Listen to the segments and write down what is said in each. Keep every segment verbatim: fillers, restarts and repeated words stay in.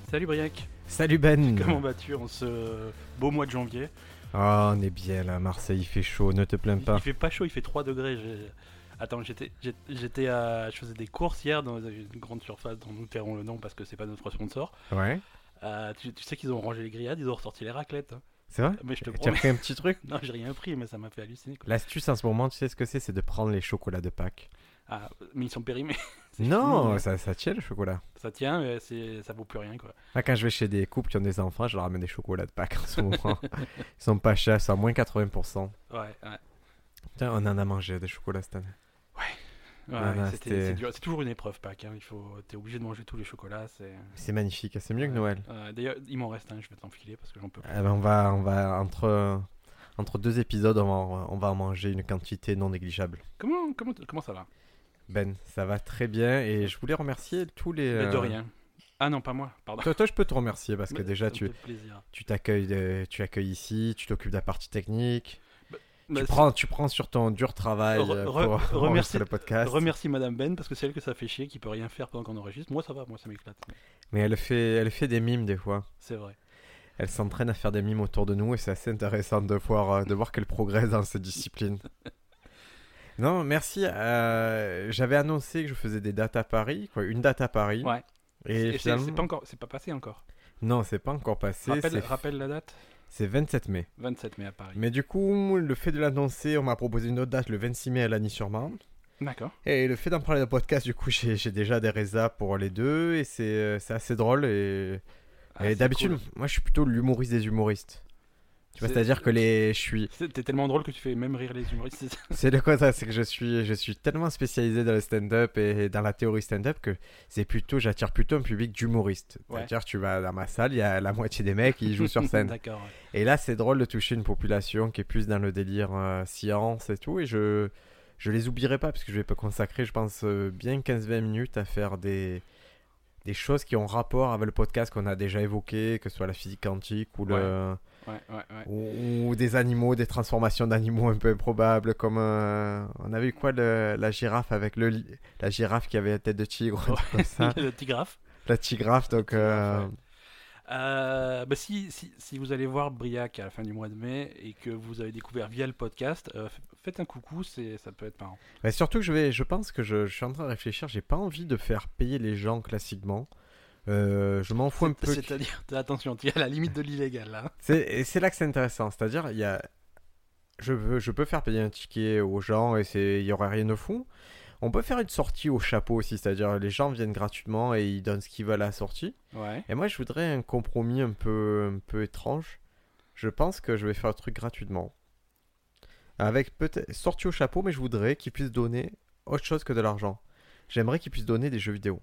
Salut Briac. Salut Ben. Comment vas-tu en ce beau mois de janvier? Oh, on est bien là, Marseille, il fait chaud, ne te plains Il, pas. il fait pas chaud, il fait trois degrés. j'ai- Attends, j'étais, j'ai- j'étais à, je faisais des courses hier dans une grande surface dont nous tairons le nom parce que c'est pas notre sponsor. Ouais, Euh, tu, tu sais qu'ils ont rangé les grillades, ils ont ressorti les raclettes, hein. c'est vrai? Mais je te Tu as promets. pris un petit truc? Non, j'ai rien pris, mais ça m'a fait halluciner, quoi. L'astuce en ce moment, tu sais ce que c'est? C'est de prendre les chocolats de Pâques. Ah, mais ils sont périmés. C'est Non, fini, hein. ça, ça tient le chocolat. Ça tient, mais c'est, ça vaut plus rien, quoi. Là, quand je vais chez des couples qui ont des enfants, je leur ramène des chocolats de Pâques en ce moment. Ils sont pas chers, c'est à moins quatre-vingts pour cent. Ouais, ouais. Putain, on en a mangé des chocolats cette année. Ouais, Ah, non, c'était- c'était- c'est, dur- c'est toujours une épreuve, Pâques, hein. Il faut, t'es obligé de manger tous les chocolats. C'est... C'est magnifique, c'est mieux que Ouais. Noël. Euh, d'ailleurs, il m'en reste un, je vais t'enfiler parce que j'en peux plus. Ah ben, on va, on va entre, entre deux épisodes, on va, on va en manger une quantité non négligeable. Comment, comment, comment ça va? Ben, ça va très bien et je voulais remercier tous les. Mais de euh, rien. Ah non, pas moi, pardon. Toi, toi, je peux te remercier parce que Mais déjà, ça me tu, fait plaisir. tu t'accueilles, de- tu accueilles ici, tu t'occupes de la partie technique, Bah, tu c'est- prends, tu prends sur ton dur travail Re- euh, re- pour remercie- enregistrer le podcast. Remercie Madame Ben parce que c'est elle que ça fait chier, qui peut rien faire pendant qu'on enregistre. Moi ça va, moi ça m'éclate. Mais elle fait, elle fait des mimes des fois. C'est vrai. Elle s'entraîne à faire des mimes autour de nous et c'est assez intéressant de voir, euh, de voir qu'elle progresse dans cette discipline. Non, merci. euh, j'avais annoncé que je faisais des dates à Paris, quoi, une date à Paris. Ouais. Et Et c'est, finalement, c'est pas encore, c'est pas passé encore. non, c'est pas encore passé. Rappelle, c'est, rappelle la date. c'est vingt-sept mai. vingt-sept mai à Paris. Mais du coup, le fait de l'annoncer, on m'a proposé une autre date le vingt-six mai à Lagny-sur-Marne. D'accord. Et le fait d'en parler dans le podcast, du coup, j'ai, j'ai déjà des résas pour les deux et c'est, euh, c'est assez drôle. Et, Ah, et c'est d'habitude, cool. moi, je suis plutôt l'humoriste des humoristes. Tu vois, C'est- c'est-à-dire que les, je suis, C'est- T'es tellement drôle que tu fais même rire les humoristes. c'est ça. c'est le contraire, c'est que je suis, je suis tellement spécialisé dans le stand-up et dans la théorie stand-up que c'est plutôt, j'attire plutôt un public d'humoristes. Ouais. C'est-à-dire, tu vas dans ma salle, il y a la moitié des mecs qui jouent sur scène. D'accord. Ouais. Et là, c'est drôle de toucher une population qui est plus dans le délire euh, science et tout. Et je je les oublierai pas parce que je vais pas consacrer, je pense, euh, bien quinze vingt minutes à faire des, des choses qui ont rapport avec le podcast qu'on a déjà évoqué, que ce soit la physique quantique ou, le, Ouais, ouais, ouais. ou, ou des animaux, des transformations d'animaux un peu improbables. Comme euh, on avait eu quoi, le- la girafe avec le, li- la girafe qui avait la tête de tigre, un truc comme ça. Le tigraphe. La tigraffe, donc. euh, ouais. Euh, bah si, si, si vous allez voir Briac à la fin du mois de mai et que vous avez découvert via le podcast, euh, f- faites un coucou, c'est, ça peut être marrant. Mais surtout que je vais, je pense que je, je suis en train de réfléchir. J'ai pas envie de faire payer les gens classiquement. Euh, je m'en fous un peu. C'est- C'est-à-dire, attention, tu es à la limite de l'illégal là. C'est, et c'est là que c'est intéressant. C'est-à-dire, il y a, je veux, je peux faire payer un ticket aux gens et c'est, il y aurait rien de fou. On peut faire une sortie au chapeau aussi. C'est-à-dire, les gens viennent gratuitement et ils donnent ce qu'ils veulent à la sortie. Ouais. Et moi, je voudrais un compromis un peu, un peu étrange. Je pense que je vais faire un truc gratuitement. Avec peut-être sortie au chapeau, mais je voudrais qu'ils puissent donner autre chose que de l'argent. J'aimerais qu'ils puissent donner des jeux vidéo.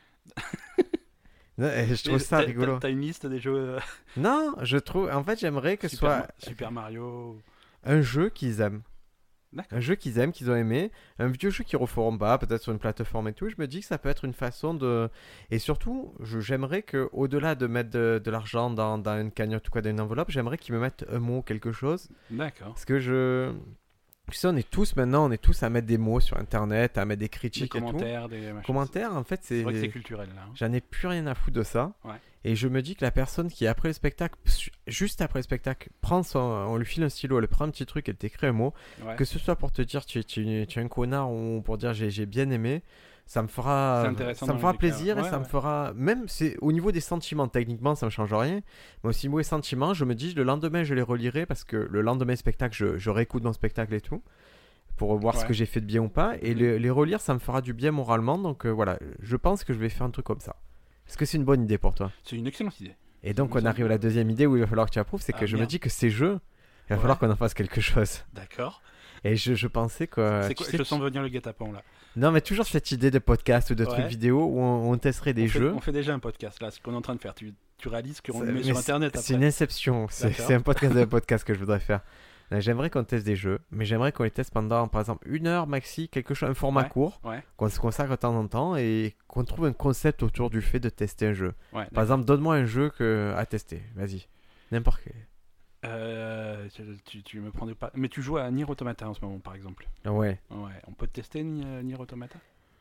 Non, et je trouve Et ça t'as- rigolo. T'as, t'as une liste des jeux euh, Non, je trouve. En fait, j'aimerais que ce Super, soit Ma- Super Mario. un jeu qu'ils aiment. D'accord. Un jeu qu'ils aiment, qu'ils ont aimé. Un vieux jeu qu'ils referont pas, peut-être sur une plateforme et tout. Je me dis que ça peut être une façon de. Et surtout, je- j'aimerais que, au-delà de mettre de, de l'argent dans, dans une cagnotte ou quoi, dans une enveloppe, j'aimerais qu'ils me mettent un mot, quelque chose. D'accord. Parce que je. Tu sais, on est tous maintenant, on est tous à mettre des mots sur internet, à mettre des Des critiques et tout. commentaires, des machins. Commentaires, en fait, C'est c'est. vrai que c'est culturel là. hein. J'en ai plus rien à foutre de ça. Ouais. Et je me dis que la personne qui, après le spectacle, su- juste après le spectacle, prend son, on lui file un stylo, elle prend un petit truc, elle t'écrit un mot, Ouais. que ce soit pour te dire tu es, tu es- tu es un connard ou pour dire j'ai j'ai bien aimé, ça me fera, C'est intéressant ça me dans fera les deux cas. plaisir et Ouais, ça me ouais. fera. Même c'est au niveau des sentiments, techniquement, ça me change rien. Mais aussi au niveau des sentiments, je me dis le lendemain, je les relirai parce que le lendemain spectacle, je, je réécoute mon spectacle et tout. Pour voir ce Ouais. que j'ai fait de bien ou pas. Et Mhm. les, les relire, ça me fera du bien moralement. Donc euh, voilà, je pense que je vais faire un truc comme ça. Est-ce que c'est une bonne idée pour toi? C'est une excellente idée. Et donc, Il me on arrive semble. à la deuxième idée où il va falloir que tu approuves, c'est que Ah, je me merde. dis que ces jeux, il va Ouais. falloir qu'on en fasse quelque chose. D'accord. Et je, je pensais que... c'est tu quoi sais, Je tu- sens venir le guet-apens là. Non, mais toujours cette idée de podcast ou de Ouais. trucs vidéo où on, on testerait des on, fait, jeux. on fait déjà un podcast là, ce qu'on est en train de faire. Tu, tu réalises qu'on C'est- le met mais sur c'est- internet C'est après. une inception. C'est D'accord. c'est un podcast de podcast que je voudrais faire. Euh, J'aimerais qu'on teste des jeux, mais j'aimerais qu'on les teste pendant, par exemple, une heure maxi, quelque chose, un format Ouais. court, Ouais. qu'on se consacre de temps en temps et qu'on trouve un concept autour du fait de tester un jeu. Ouais. Par exemple, donne-moi un jeu que... à tester. Vas-y. N'importe quel. Euh, tu, tu, tu me prends de pas. Mais tu joues à Nier Automata en ce moment par exemple. Ouais. Ouais. On peut te tester Ni- euh, Nier Automata.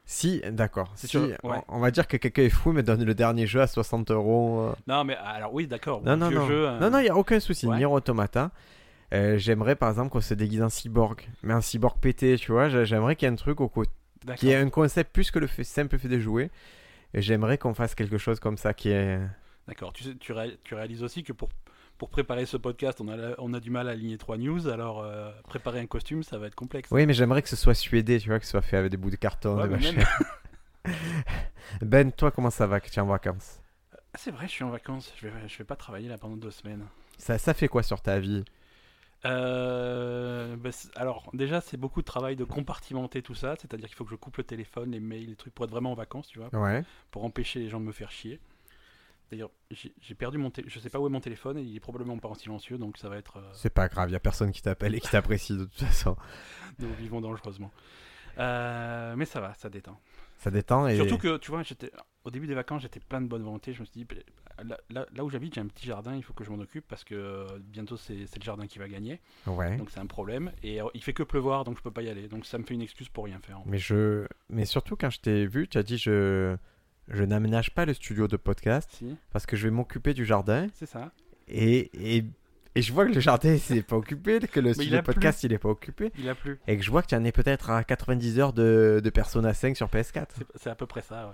Si, d'accord. C'est Si, sûr, on, ouais. on va dire que quelqu'un est fou, mais donne le dernier jeu à soixante euros. euh. Non, mais alors oui, d'accord. Non, bon, non, vieux non. jeu, euh, Non, non, il n'y a aucun souci. ouais. Nier Automata. Euh, j'aimerais par exemple qu'on se déguise en cyborg. Mais un cyborg pété, tu vois. J'ai- J'aimerais qu'il y ait un truc au côté. D'accord. Qui est un concept plus que le fait, simple fait de jouer. Et j'aimerais qu'on fasse quelque chose comme ça qui est. D'accord. Tu, sais, tu, ré- tu réalises aussi que pour, pour préparer ce podcast, on a, la- on a du mal à aligner trois news. Alors, euh, préparer un costume, ça va être complexe. Oui, mais j'aimerais que ce soit suédé, tu vois, que ce soit fait avec des bouts de carton, Ouais, des mais machins. même- Ben, toi, comment ça va que tu es en vacances? Ah, c'est vrai, je suis en vacances. Je vais, je vais pas travailler là pendant deux semaines. Ça, ça fait quoi sur ta vie? Euh, bah, c'est- alors, déjà, c'est beaucoup de travail de compartimenter tout ça. C'est-à-dire qu'il faut que je coupe le téléphone, les mails, les trucs pour être vraiment en vacances, tu vois, Ouais. pour empêcher les gens de me faire chier. D'ailleurs, j'ai j'ai perdu mon téléphone. Je sais pas où est mon téléphone et il est probablement pas en silencieux, donc ça va être. euh, C'est pas grave, y a personne qui t'appelle et qui t'apprécie de toute façon. Nous vivons dangereusement. Euh, mais ça va, ça détend. Ça détend et. Surtout que, tu vois, j'étais au début des vacances, j'étais plein de bonne volonté. Je me suis dit, là, là, là où j'habite, j'ai un petit jardin, il faut que je m'en occupe parce que euh, bientôt c'est c'est le jardin qui va gagner. Ouais. Donc c'est un problème. Et euh, il fait que pleuvoir, donc je peux pas y aller. Donc ça me fait une excuse pour rien faire. En fait. Mais je. Mais surtout quand je t'ai vu, tu as dit je. Je n'aménage pas le studio de podcast Si, parce que je vais m'occuper du jardin c'est ça. et, et, et je vois que le jardin il est pas occupé, que le il studio a de podcast il est pas occupé Il a plu. et que je vois que tu en es peut-être à quatre-vingt-dix heures de, de Persona cinq sur P S quatre. C'est c'est à peu près ça, ouais.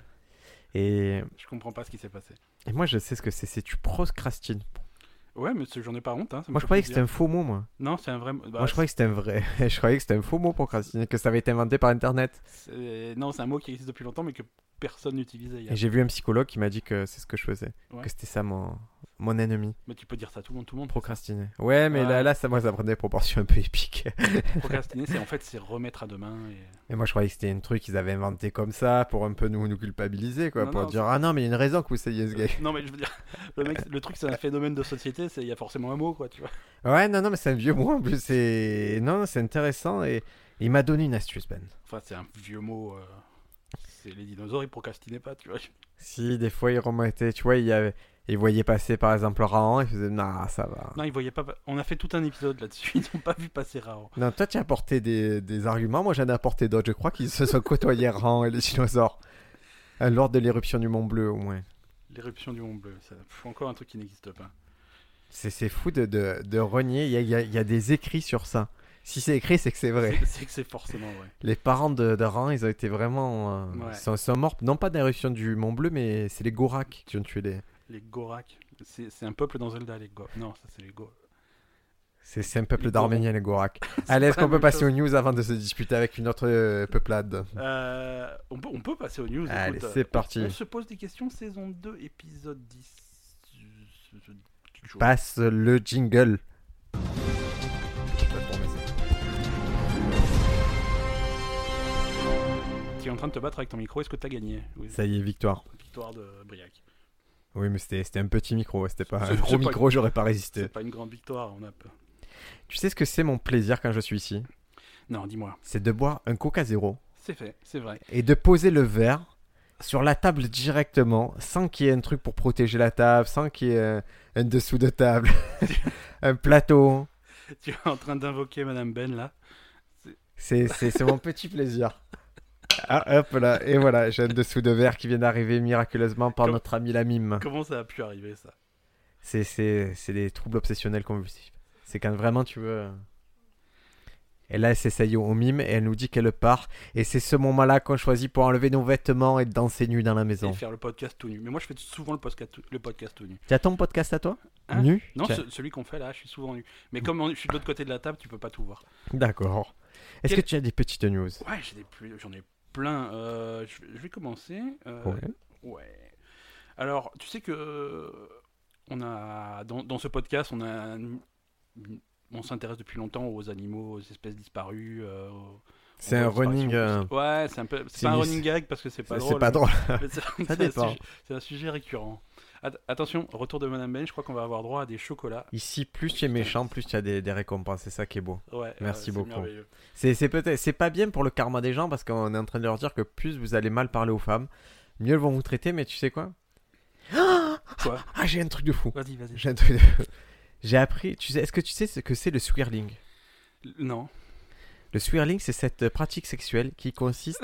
Et, Je comprends pas ce qui s'est passé. et moi je sais ce que c'est, c'est tu procrastines. Ouais, mais c'est- j'en ai pas honte. Hein, ça me Moi je fait croyais que c'était plaisir. un faux mot moi. Non, c'est un vrai. Bah, moi je croyais que c'était un vrai. je croyais que c'était un faux mot procrastiner, que ça avait été inventé par internet. c'est- Non, c'est un mot qui existe depuis longtemps, mais que personne n'utilisait. hier. Et j'ai vu un psychologue qui m'a dit que c'est ce que je faisais, Ouais. que c'était ça mon, mon ennemi, Mais tu peux dire ça à tout le monde, tout le monde. procrastiner. Ouais, mais Ouais. là, là ça, moi, ça prenait des proportions un peu épiques. Procrastiner, c'est en fait c'est remettre à demain. Et... Et moi, je croyais que c'était un truc qu'ils avaient inventé comme ça pour un peu nous, nous culpabiliser, quoi, Non, pour non, dire ah non, mais il y a une raison que vous sayiez ce gars. Non, mais je veux dire, le, mec, le truc c'est un phénomène de société, c'est il y a forcément un mot, quoi, tu vois. Ouais, non, non, mais c'est un vieux mot en plus. C'est non, non, c'est intéressant et il m'a donné une astuce, Ben. Enfin, c'est un vieux mot. euh, C'est les dinosaures, ils procrastinaient pas, tu vois. Si des fois il remettait, tu vois, il y avait, il voyait passer par exemple Rahan, il faisait non, ça va. Non, ils voyaient pas. On a fait tout un épisode là-dessus, ils n'ont pas vu passer Rao. Non, toi tu as apporté des, des arguments, moi j'en ai apporté d'autres. Je crois qu'ils se sont côtoyés Rahan et les dinosaures Euh, lors de l'éruption du Mont Bleu au moins. L'éruption du Mont Bleu, c'est encore un truc qui n'existe pas. C'est, c'est fou de, de, de renier. Il y a, il y a- il y a des écrits sur ça. Si c'est écrit, c'est que c'est vrai. C'est- C'est que c'est forcément vrai. Les parents de, de Ran, ils ont été vraiment. euh, Ouais. ils sont, sont morts, non pas de l'éruption du Mont Bleu, mais c'est les Gorak qui ont tué les. Les Gorak, c'est c'est un peuple dans Zelda, les Go. Non, ça c'est les Go. C'est, c'est un peuple Les d'Arméniens, les Gorak. Allez, est-ce pas la qu'on peut même passer chose. aux news avant de se disputer avec une autre euh, peuplade? Euh, on, peut, on peut passer aux news. Allez, écoute, c'est euh, parti. On, on se pose des questions, saison deux, épisode dix. Quelque chose. Passe le jingle. Tu es en train de te battre avec ton micro, est-ce que tu as gagné? Oui. Ça y est, victoire. Victoire de Briac. Oui, mais c'était, c'était un petit micro, c'était pas C'est- un c'est gros pas- micro, j'aurais pas résisté. C'est pas une grande victoire, on a peur. Tu sais ce que c'est mon plaisir quand je suis ici? Non, dis-moi. C'est de boire un Coca Zéro C'est fait, c'est vrai. et de poser le verre sur la table directement, sans qu'il y ait un truc pour protéger la table, sans qu'il y ait un, un dessous de table, un plateau. Tu es en train d'invoquer Madame Ben là. C'est, c'est, c'est mon petit plaisir. Ah, hop là, et voilà, j'ai un dessous de verre qui vient d'arriver miraculeusement par Comme- notre ami la mime. Comment ça a pu arriver ça? C'est, c'est, c'est des troubles obsessionnels convulsifs. C'est quand vraiment tu veux. Et là, elle s'essaye au mime et elle nous dit qu'elle part. Et c'est ce moment-là qu'on choisit pour enlever nos vêtements et danser nu dans la Et maison. faire le podcast tout nu. Mais moi je fais souvent le podcast, le podcast tout nu. Tu as ton podcast à toi? Hein? Nu? Non, Tiens. ce- celui qu'on fait là, je suis souvent nu. Mais comme on- je suis de l'autre côté de la table, tu peux pas tout voir. D'accord. Est-ce Quel- que tu as des petites news? Ouais, j'ai des plus- j'en ai plein. Euh, je, vais, je vais commencer. Euh, Ouais. ouais. Alors, tu sais que euh, on a dans, dans ce podcast, on a un- on s'intéresse depuis longtemps aux animaux, aux espèces disparues. euh, aux- C'est aux un disparitions. running. euh, Ouais, c'est un peu. C'est c'est pas un une- running gag parce que c'est pas c'est, drôle. c'est pas drôle. mais c'est- c'est un dépend. sujet- C'est un sujet récurrent. At- attention, retour de Madame Ben, je crois qu'on va avoir droit à des chocolats. Ici, plus tu es méchant, plus tu as des, des récompenses. C'est ça qui est beau. Ouais, Merci c'est beaucoup. merveilleux. C'est, c'est, peut-être, c'est pas bien pour le karma des gens parce qu'on est en train de leur dire que plus vous allez mal parler aux femmes, mieux elles vont vous traiter. Mais tu sais quoi? Quoi? Ah, j'ai un truc de fou. Vas-y, vas-y. J'ai un truc de fou. J'ai appris. Tu sais, est-ce que tu sais ce que c'est le swirling? Non. Le swirling, c'est cette pratique sexuelle qui consiste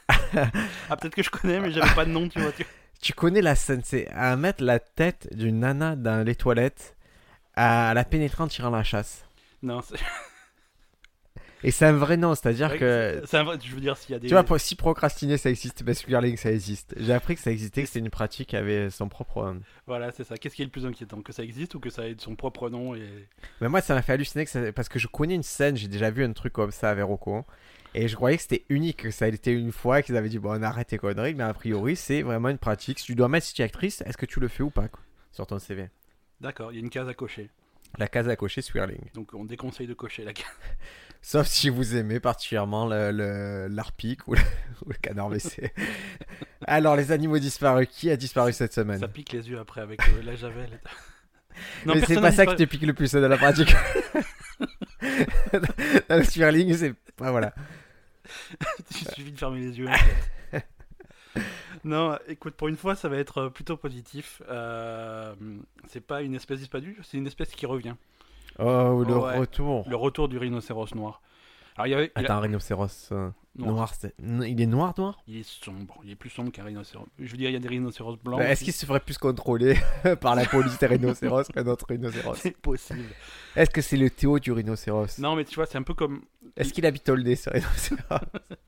Ah, peut-être que je connais, mais j'avais pas de nom, tu vois. Tu... Tu connais la scène, c'est à mettre la tête d'une nana dans les toilettes, à la pénétrer en tirant la chasse. Non, c'est... Et c'est un vrai nom, c'est-à-dire Ouais, que... c'est un vrai... Je veux dire, s'il y a des... Tu vois, pour- si procrastiner ça existe, ben Swirling ça existe. J'ai appris que ça existait, que c'était une pratique qui avait son propre... euh, Voilà, c'est ça. Qu'est-ce qui est le plus inquiétant? Que ça existe ou que ça ait son propre nom et... Mais moi, ça m'a fait halluciner que ça- parce que je connais une scène, j'ai déjà vu un truc comme ça à Verocco. Et je croyais que c'était unique, que ça a été une fois, qu'ils avaient dit bon, on arrête tes conneries, mais a priori, c'est vraiment une pratique. Si tu dois mettre si tu es actrice, est-ce que tu le fais ou pas quoi, sur ton C V? D'accord, il y a une case à cocher. La case à cocher, Swirling. Donc on déconseille de cocher la case. Sauf si vous aimez particulièrement le, le- l'arpic ou le, ou le canard W C. Alors, les animaux disparus, qui a disparu cette semaine? Ça pique les yeux après avec euh, la javel. et tout. Non, Mais c'est personne pas n'a ça qui disparu. te pique le plus de la pratique. Dans le Swirling, c'est. Ah, voilà. Il suffit de fermer les yeux. En fait. Non, écoute, pour une fois, ça va être plutôt positif. Euh, c'est pas une espèce disparue, c'est une espèce qui revient. Oh, le Ouais. retour. Le retour du rhinocéros noir. Alors, il y avait. il a- Attends, un rhinocéros euh, Noir. noir, c'est- n- il est noir, noir? Il est sombre, il est plus sombre qu'un rhinocéros. Je veux dire, il y a des rhinocéros blancs. Bah, Est-ce aussi. qu'il se ferait plus contrôler par la police des rhinocéros qu'un autre rhinocéros? C'est possible. Est-ce que c'est le Théo du rhinocéros? Non, mais tu vois, c'est un peu comme. Est-ce qu'il habite au nez, ce rhinocéros?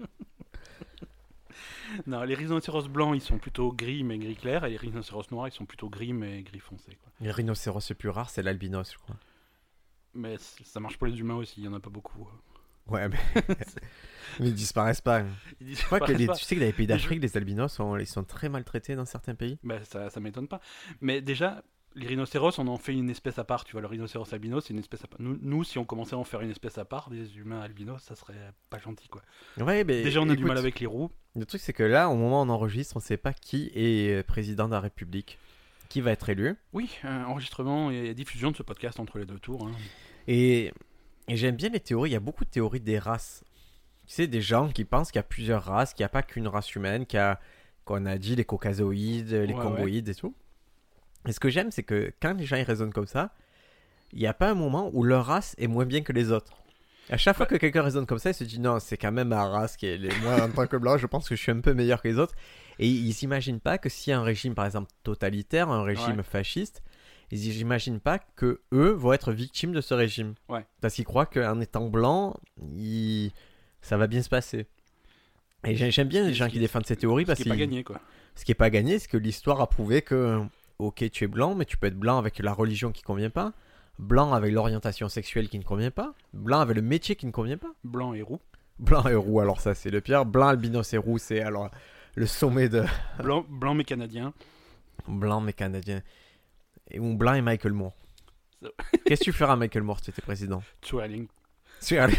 Non, les rhinocéros blancs, ils sont plutôt gris mais gris clair, et les rhinocéros noirs, ils sont plutôt gris mais gris foncé. Quoi. Le rhinocéros le plus rare, c'est l'albinos, je crois. Mais c- ça marche pour les humains aussi, il y en a pas beaucoup. Ouais, mais, mais ils disparaissent pas. Ils Je crois que les- pas. tu sais que dans les pays Mais je- d'Afrique, les albinos, sont, ils sont très maltraités dans certains pays. Bah, ça, ça m'étonne pas. Mais déjà, les rhinocéros, on en fait une espèce à part. Tu vois, le rhinocéros albinos, c'est une espèce à part. Nous, nous, si on commençait à en faire une espèce à part, des humains albinos, ça serait pas gentil, quoi. Ouais, mais Déjà, on a du écoute, mal avec les roux. Le truc, c'est que là, au moment où on enregistre, on sait pas qui est président de la République, qui va être élu. Oui, euh, enregistrement et diffusion de ce podcast entre les deux tours. hein. Et, et j'aime bien les théories. Il y a beaucoup de théories des races. Tu sais, des gens qui pensent qu'il y a plusieurs races, qu'il n'y a pas qu'une race humaine, qu'il y a, qu'on a dit les caucasoïdes, les Ouais, congoïdes et tout. Et ce que j'aime, c'est que quand les gens ils raisonnent comme ça, il n'y a pas un moment où leur race est moins bien que les autres. À chaque fois que quelqu'un raisonne comme ça, il se dit non, c'est quand même ma race qui est. Les... Moi, en tant que blanc, je pense que je suis un peu meilleur que les autres. Et ils s'imaginent pas que s'il y a un régime, par exemple, totalitaire, un régime Ouais. fasciste, ils n'imaginent pas que eux vont être victimes de ce régime. Ouais. Parce qu'ils croient qu'en étant blanc, ils... ça va bien se passer. Et j'ai- j'aime bien les Ce gens qui- qui défendent ces théories Ce parce qui est pas qu'ils- gagné, quoi. ce qui n'est pas gagné, c'est que l'histoire a prouvé que, ok, tu es blanc, mais tu peux être blanc avec la religion qui ne convient pas, blanc avec l'orientation sexuelle qui ne convient pas, blanc avec le métier qui ne convient pas, Blanc et roux. blanc et roux, alors ça c'est le pire, blanc, albinos et roux, c'est alors le sommet de Blanc, blanc mais canadien. blanc mais canadien. Et, ou blanc et Michael Moore. Ça- Qu'est-ce que tu feras Michael Moore si tu étais président? Swirling. Swirling.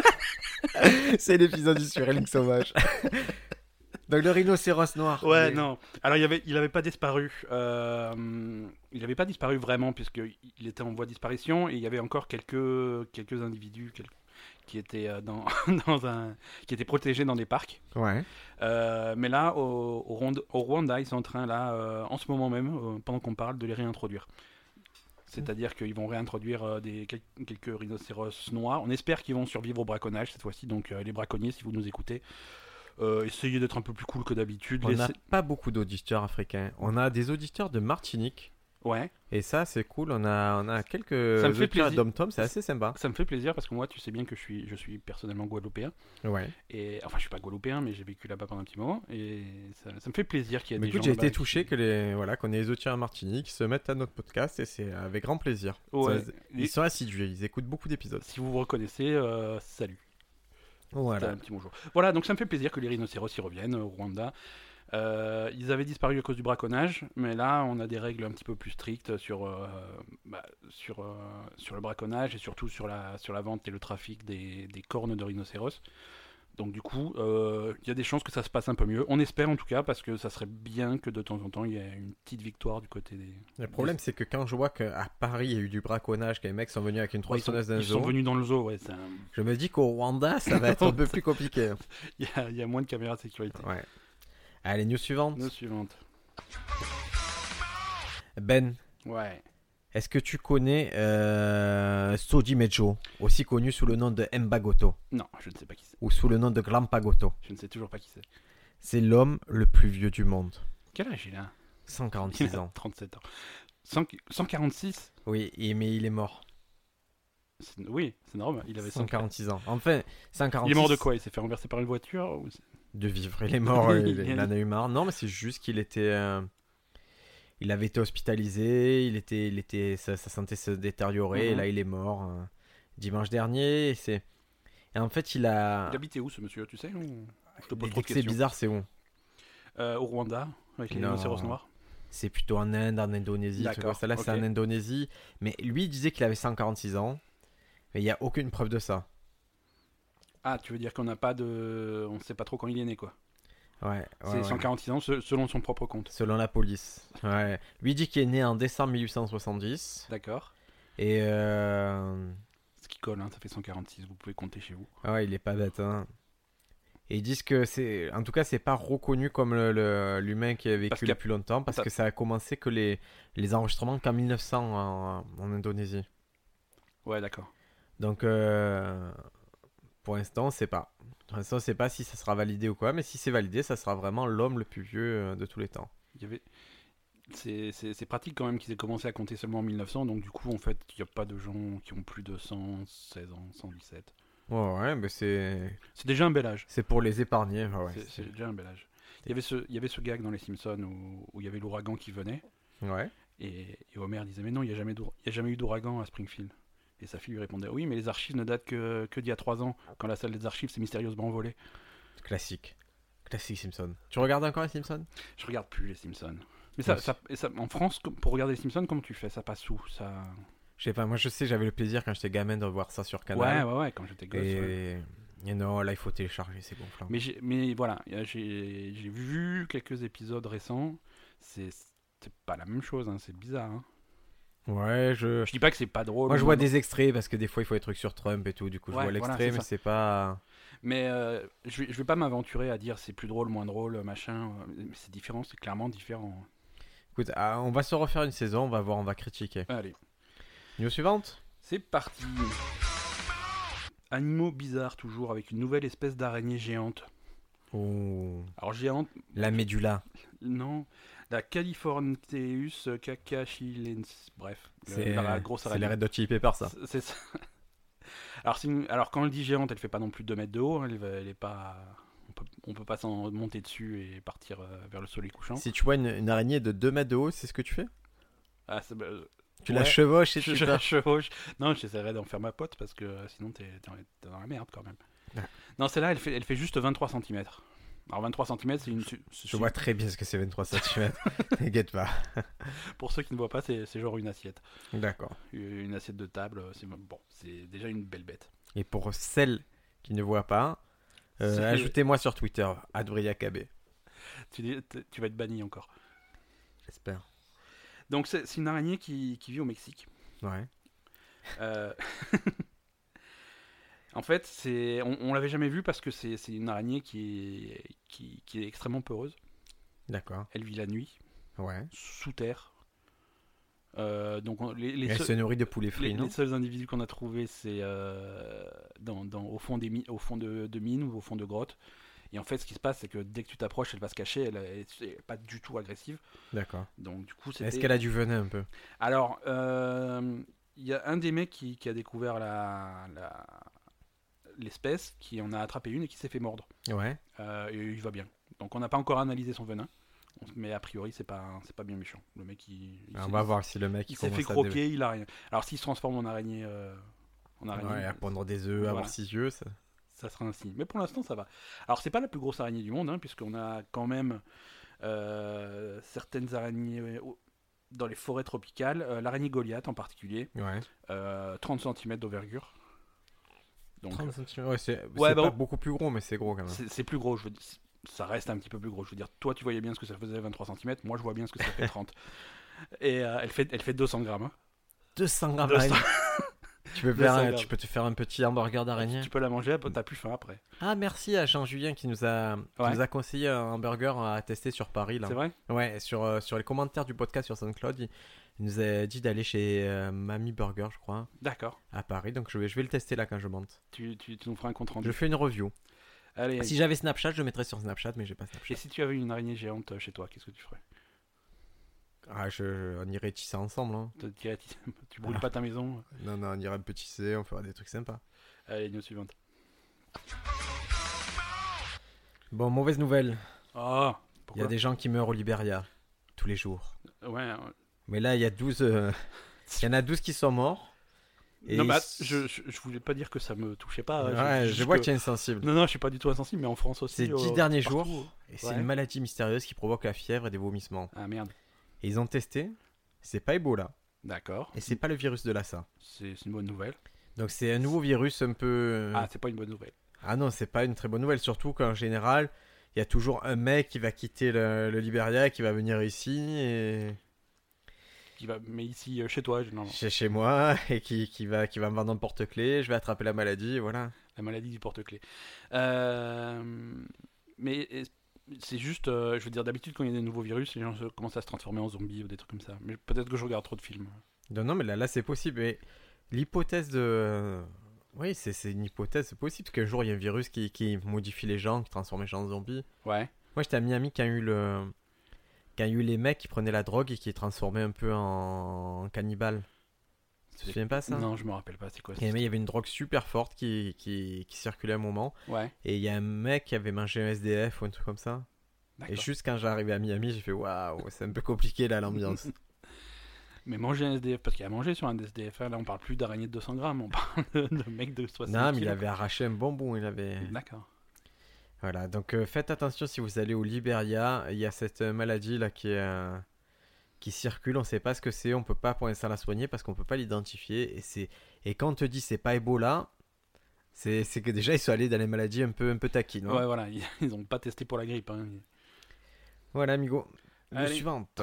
C'est l'épisode du Swirling sauvage. Donc le rhinocéros noir. Ouais, Mais- non. Alors, il avait, il avait pas disparu. Euh, il n'avait pas disparu vraiment, puisqu'il était en voie de disparition, et il y avait encore quelques, quelques individus quel- qui étaient euh, dans, dans un, qui étaient protégés dans des parcs. Ouais. Euh, mais là, au, au Rwanda, au Rwanda, ils sont en train, là, euh, en ce moment même, euh, pendant qu'on parle, de les réintroduire. C'est-à-dire qu'ils vont réintroduire euh, des, quel- quelques rhinocéros noirs. On espère qu'ils vont survivre au braconnage cette fois-ci. Donc, euh, les braconniers, si vous nous écoutez, euh, essayez d'être un peu plus cool que d'habitude. On n'a Laissez- pas beaucoup d'auditeurs africains. On a des auditeurs de Martinique. Ouais, Et ça, c'est cool. On a, on a quelques Ça me fait auditeurs plaisir. d'Om-Tom. C'est assez sympa. ça me fait plaisir parce que moi, tu sais bien que je suis, je suis personnellement guadeloupéen. Ouais. Et, enfin, je suis pas guadeloupéen, mais j'ai vécu là-bas pendant un petit moment. Et ça, ça me fait plaisir qu'il y ait Mais des écoute, gens j'ai là-bas été qui- touché que les, voilà, qu'on ait les auditeurs à Martinique qui se mettent à notre podcast et c'est avec grand plaisir. Ouais. Ça- Et ils sont assidus. Ils écoutent beaucoup d'épisodes. si vous vous reconnaissez, euh, salut. C'est Voilà. un petit bonjour. Voilà, donc ça me fait plaisir que les rhinocéros y reviennent au Rwanda. Euh, ils avaient disparu à cause du braconnage, mais là on a des règles un petit peu plus strictes sur, euh, bah, sur, euh, sur le braconnage et surtout sur la, sur la vente et le trafic des, des cornes de rhinocéros. Donc du coup, euh, il y a des chances que ça se passe un peu mieux. On espère en tout cas, parce que ça serait bien que de temps en temps il y ait une petite victoire du côté des... Le problème, c'est que quand je vois qu'à Paris, il y a eu du braconnage, que les mecs sont venus avec une Ouais, ils sont, tronçonneuse d'un ils sont zoo, venus dans le zoo, ouais. c'est un- je me dis qu'au Rwanda, ça va être un peu plus compliqué. Il y, a, il y a moins de caméras de sécurité. Ouais. Allez, news suivante. News suivante. Ben, Ouais. est-ce que tu connais euh, Soji Mejo, aussi connu sous le nom de Mbagoto Non, je ne sais pas qui c'est. ou sous le nom de Glampagoto? Je ne sais toujours pas qui c'est. C'est l'homme le plus vieux du monde. Quel âge il a? cent Il quarante-six a ans. trente-sept ans. cent cent quarante-six? Oui, et- mais il est mort. C'est- Oui, c'est normal. Il avait cent cent quarante-six ans. Enfin, cent quarante-six. Il est mort de quoi? Il s'est fait renverser par une voiture ou... De vivre. Il est mort, euh, il, il en a eu marre. Non, mais c'est juste qu'il était. euh, Il avait été hospitalisé, il était, il était, sa, sa santé se détériorait, et Mhm. là il est mort euh, dimanche dernier. Et, c'est... et en fait, il a. Il habitait où ce monsieur, tu sais ou... Je te pose Dès trop de que c'est questions. bizarre, c'est où? Euh, au Rwanda, avec les Non. rhinocéros noirs. C'est plutôt en Inde, en Indonésie. Tu D'accord, vois, ça là, c'est ok. en Indonésie. Mais lui, il disait qu'il avait cent quarante-six ans. Mais il n'y a aucune preuve de ça. Ah, tu veux dire qu'on n'a pas de... On sait pas trop quand il est né, quoi. Ouais, ouais, C'est ouais. cent quarante-six ans se- selon son propre compte. Selon la police. Ouais. Lui dit qu'il est né en décembre mille huit cent soixante-dix. D'accord. Et. Euh... Ce qui colle, hein, ça fait cent quarante-six, vous pouvez compter chez vous. Ah ouais, il est pas bête, hein. Et ils disent que c'est. En tout cas, c'est pas reconnu comme le- le- l'humain qui a vécu Parce qu'il y le a- plus longtemps parce ça- que ça a commencé que les, les enregistrements qu'en mille neuf cents en, en Indonésie. Ouais, d'accord. Donc, euh, pour l'instant, on sait pas. Pour l'instant, on sait pas si ça sera validé ou quoi, mais si c'est validé, ça sera vraiment l'homme le plus vieux euh, de tous les temps. Il y avait... C'est c'est- c'est pratique quand même qu'ils aient commencé à compter seulement en mille neuf cents, donc du coup, en fait, il n'y a pas de gens qui ont plus de cent seize ans, cent dix-sept. Ouais, ouais, mais c'est. C'est déjà un bel âge. C'est pour les épargner. Ouais, ouais, C'est- c'est- c'est déjà un bel âge. Il y avait ce, il y avait ce gag dans Les Simpsons où, où il y avait l'ouragan qui venait, ouais. et, et Homer disait mais non, il n'y a, jamais d'our- il y a jamais eu d'ouragan à Springfield. Et sa fille lui répondait oui, mais les archives ne datent que, que d'il y a trois ans, quand la salle des archives s'est mystérieusement envolée. Classique. Classique Simpson. Tu regardes encore les Simpsons? Je regarde plus Les Simpsons. Mais ça, Ouais. ça, et ça- en France, comme- pour regarder Les Simpsons, comment tu fais? Ça passe où ça... Je sais pas, moi je sais, j'avais le plaisir quand j'étais gamin de voir ça sur Ouais, Canal. ouais, ouais, quand j'étais gosse. ouais. Et... et non, là il faut télécharger, c'est gonflant. Mais, j'ai- mais voilà, j'ai j'ai vu quelques épisodes récents. C'est c'est pas la même chose, hein, c'est bizarre. Hein. Ouais, je. Je dis pas que c'est pas drôle. Moi je vois non. des extraits parce que des fois il faut des trucs sur Trump et tout, du coup je Ouais, vois voilà, l'extrait, c'est mais ça. c'est pas. Mais euh, je, vais, je vais pas m'aventurer à dire c'est plus drôle, moins drôle, machin. euh, mais C'est différent, c'est clairement différent. Écoute, ah, on va se refaire une saison, on va voir, on va critiquer. Allez, News suivante? c'est parti. Animaux bizarres toujours avec une nouvelle espèce d'araignée géante. Oh. Alors géante, La médula. non, la Californitheus cacachilensis. Bref, le- C'est la grosse c'est araignée. les Red Hot Chili Peppers ça. C'est- C'est ça. Alors, c'est une- Alors quand on le dit géante, elle fait pas non plus deux mètres de haut. hein, Elle, va- elle est pas. On peut, on peut pas s'en monter dessus et partir euh, vers le soleil couchant. Si tu vois une, une araignée de deux mètres de haut, c'est ce que tu fais? Ah, c'est- euh, Tu ouais, la chevauches et je, tu je pars. la chevauche. Non, j'essaierai d'en faire ma pote parce que euh, sinon t'es t'es- t'es dans la merde quand même. Ouais. Non, celle-là, elle fait, elle fait juste vingt-trois centimètres. Alors vingt-trois centimètres, c'est une. c'est- Je vois très bien ce que c'est vingt-trois centimètres. T'inquiète pas. Pour ceux qui ne voient pas, c'est c'est genre une assiette. D'accord. Une assiette de table. C'est bon, c'est déjà une belle bête. Et pour celles qui ne voient pas, euh, C'est- ajoutez-moi sur Twitter, adbriakb. Tu, dis- t- tu vas être banni encore. J'espère. Donc c'est c'est une araignée qui, qui vit au Mexique. Ouais. Euh, En fait, c'est on, on l'avait jamais vue parce que c'est c'est une araignée qui est, qui, qui est extrêmement peureuse. D'accord. Elle vit la nuit, Ouais. sous terre. Euh, donc on- les, les Elle seuls- se nourrit de poulet les- frit, non? les seuls individus qu'on a trouvés, c'est euh, dans, dans- au fond, des mi- au fond de, de mines ou au fond de grottes. Et en fait, ce qui se passe, c'est que dès que tu t'approches, elle va se cacher. Elle n'est pas du tout agressive. D'accord. Donc du coup, Est-ce c'était. qu'elle a du venin un peu? Alors, euh, il y a un des mecs qui, qui a découvert la, la- l'espèce, qui en a attrapé une et qui s'est fait mordre. Ouais. Euh, et il va bien. Donc on n'a pas encore analysé son venin, On- mais a priori c'est pas c'est pas bien méchant. Le mec il, il On s'est- va voir si le mec il il s'est fait commence à croquer, il a rien. Alors s'il se transforme en araignée, euh, en dé- araignée, Ouais, à pondre des œufs, Voilà. avoir six yeux, ça. ça sera un signe. Mais pour l'instant ça va. Alors c'est pas la plus grosse araignée du monde, hein, puisqu'on a quand même euh, certaines araignées euh, au- dans les forêts tropicales, euh, l'araignée Goliath en particulier, Ouais. euh, trente centimètres d'envergure. Donc trente centimètres. Ouais, c'est Ouais, c'est bah, pas on- beaucoup plus gros, mais c'est gros quand même. c'est c'est plus gros, je veux dire, ça reste un petit peu plus gros. Je veux dire, toi tu voyais bien ce que ça faisait vingt-trois centimètres, moi je vois bien ce que ça fait trente. Et euh, elle, fait, elle fait deux cents grammes. hein. deux cents grammes deux cents. d'araignée. Tu peux, deux faire cents un- grammes. tu peux te faire un petit hamburger d'araignée. Tu peux la manger, t'as plus faim après. Ah, merci à Jean-Julien qui nous a, qui Ouais. nous a conseillé un hamburger à tester sur Paris. Là. C'est vrai? Ouais, sur, euh, sur les commentaires du podcast sur SoundCloud, il, il nous a dit d'aller chez euh, Mamie Burger, je crois, D'accord. à Paris. Donc je vais, je vais le tester là quand je monte. Tu, tu, tu nous feras un compte Je rendu. fais une review. Allez, Si j'avais Snapchat, je le mettrais sur Snapchat, mais j'ai pas et Snapchat. si tu avais une araignée géante chez toi, qu'est-ce que tu ferais? Ah, je... on irait tisser ensemble. Hein. Tu dirais, tu brûles Ah. pas ta maison? Non, non, on irait un peu tisser, on fera des trucs sympas. Allez, news suivante. Bon, mauvaise nouvelle. Oh, Il y pourquoi? a des gens qui meurent au Liberia tous les jours. Ouais, euh, Mais là, il y a douze. euh, Il y en a douze qui sont morts. Et non, bah, ils- je, je, je voulais pas dire que ça me touchait pas. Ouais, juste je vois que- que tu es insensible. Non, non, je suis pas du tout insensible, mais en France aussi. Ces dix euh, derniers partout. jours, et c'est Ouais. une maladie mystérieuse qui provoque la fièvre et des vomissements. Ah merde, Et ils ont testé, c'est pas Ebola, d'accord. et c'est pas le virus de Lassa. C'est c'est une bonne nouvelle. Donc c'est un nouveau virus un peu... euh, Ah, c'est pas une bonne nouvelle. Ah non, c'est pas une très bonne nouvelle, surtout qu'en général, il y a toujours un mec qui va quitter le, le Liberia, qui va venir ici, et... Qui va, mais ici, euh, chez toi, je- non, non. chez, chez moi, et qui, qui, va, qui va me vendre un porte-clés, je vais attraper la maladie, et voilà. La maladie du porte-clés. Euh, mais est- c'est juste, euh, je veux dire, d'habitude, quand il y a des nouveaux virus, les gens se- commencent à se transformer en zombies ou des trucs comme ça. Mais peut-être que je regarde trop de films. Non, non, mais là, là c'est possible. Et l'hypothèse de... Oui, c'est c'est une hypothèse, c'est possible qu'un jour il y ait un virus qui, qui modifie les gens, qui transforme les gens en zombies. Ouais. Moi j'étais à Miami quand il y a eu, le... quand il y a eu les mecs qui prenaient la drogue et qui les transformaient un peu en, en cannibales. Tu te C'est- souviens pas ça? Non, je me rappelle pas. C'est quoi Et mais il y avait une drogue super forte qui, qui, qui circulait à un moment. Ouais, Et il y a un mec qui avait mangé un S D F ou un truc comme ça. Et d'accord. juste quand j'arrivais à Miami, j'ai fait waouh, c'est un peu compliqué là l'ambiance. Mais manger un S D F, parce qu'il a mangé sur un S D F, hein, là on parle plus d'araignée de deux cents grammes, on parle de, de mec de soixante Non, mais il kilos. avait arraché un bonbon, il avait. D'accord. Voilà, donc euh, faites attention si vous allez au Liberia, il y a cette euh, maladie là qui, est, euh, qui circule, on ne sait pas ce que c'est, on peut pas pour l'instant la soigner parce qu'on peut pas l'identifier. Et, c'est... et quand on te dit c'est pas Ebola, c'est, c'est que déjà ils sont allés dans les maladies un peu, un peu taquines. hein. Ouais, voilà, ils, ils ont pas testé pour la grippe. Hein. Voilà, amigo. Le Allez. suivante.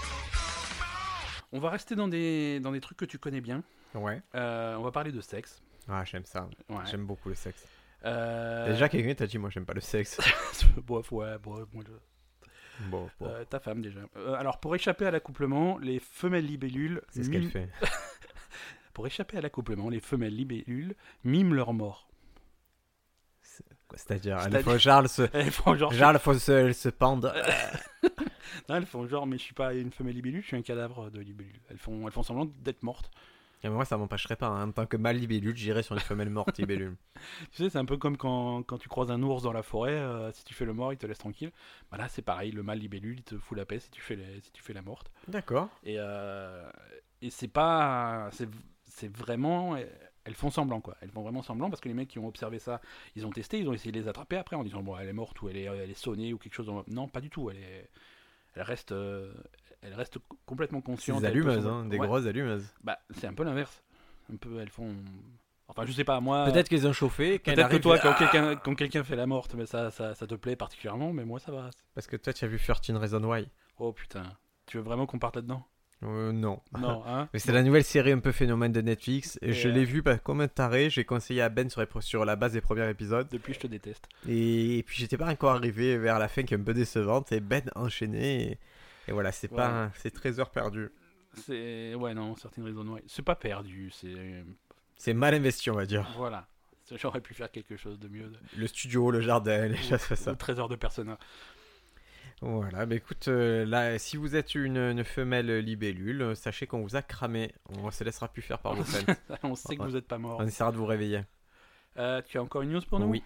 On va rester dans des, dans des trucs que tu connais bien. Ouais. Euh, on va parler de sexe. Ah, j'aime ça. Ouais. J'aime beaucoup le sexe. Euh... Déjà, quelqu'un t'a dit moi j'aime pas le sexe. bof, ouais, bof, moi, je- Bon, bon. Euh, ta femme déjà. Euh, alors pour échapper à l'accouplement, les femelles libellules. c'est ce miment- qu'elle fait. Pour échapper à l'accouplement, les femelles libellules miment leur mort. Quoi, C'est-à-dire, il C'est-à-dire- faut Charles se... Elles font genre. Charles faut se, se pendre. Non, elles font genre, mais je suis pas une femelle libellule, je suis un cadavre de libellule. Elles font, elles font semblant d'être mortes. Et moi ça m'empêcherait pas, hein. En tant que mâle libellule, j'irais sur une femelle morte libellule. Tu sais, c'est un peu comme quand, quand tu croises un ours dans la forêt, euh, si tu fais le mort, il te laisse tranquille. Bah là, c'est pareil, le mâle libellule, il te fout la paix si tu fais, les- si tu fais la morte. D'accord. Et, euh, et c'est pas. C'est, c'est vraiment. Elles font semblant, quoi. Elles font vraiment semblant parce que les mecs qui ont observé ça, ils ont testé, ils ont essayé de les attraper après en disant, bon, elle est morte ou elle est, elle est sonnée ou quelque chose. Non, pas du tout. Elle, est, elle reste. euh, Elle reste complètement C'est consciente. des elle peut allumeuses, s'en- hein, des Ouais. grosses allumeuses. Bah, c'est un peu l'inverse. Un peu, elles font. Enfin, je sais pas, moi. Peut-être qu'ils ont chauffé. Quand elle Peut-être que arrive, toi, ah quand quelqu'un, quand quelqu'un fait la morte, mais ça, ça, ça te plaît particulièrement, mais moi, ça va. Parce que toi, tu as vu thirteen Reasons Why. Oh putain. Tu veux vraiment qu'on parte là-dedans? Euh, non. Non, hein? Mais c'est la nouvelle série un peu phénomène de Netflix. Et Et je euh, l'ai vue bah, comme un taré. J'ai conseillé à Ben sur, les pro- sur la base des premiers épisodes. Depuis, je te déteste. Et, et puis, j'étais pas encore arrivé vers la fin qui est un peu décevante. Et Ben enchaîné. Et, et voilà, c'est Ouais. pas un- c'est treize heures perdues. C'est. Ouais, non, certaines raisons, ouais. C'est pas perdu, c'est. C'est mal investi, on va dire. Voilà. C'est- J'aurais pu faire quelque chose de mieux. De... Le studio, le jardin, les choses comme ça. Ou treize heures de Persona. Voilà, bah écoute, euh, là, si vous êtes une, une femelle libellule, euh, sachez qu'on vous a cramé. On se laissera plus faire par vos fans. On sait que vous êtes pas mort. On essaiera de vous réveiller. Euh, tu as encore une news pour nous? Oui.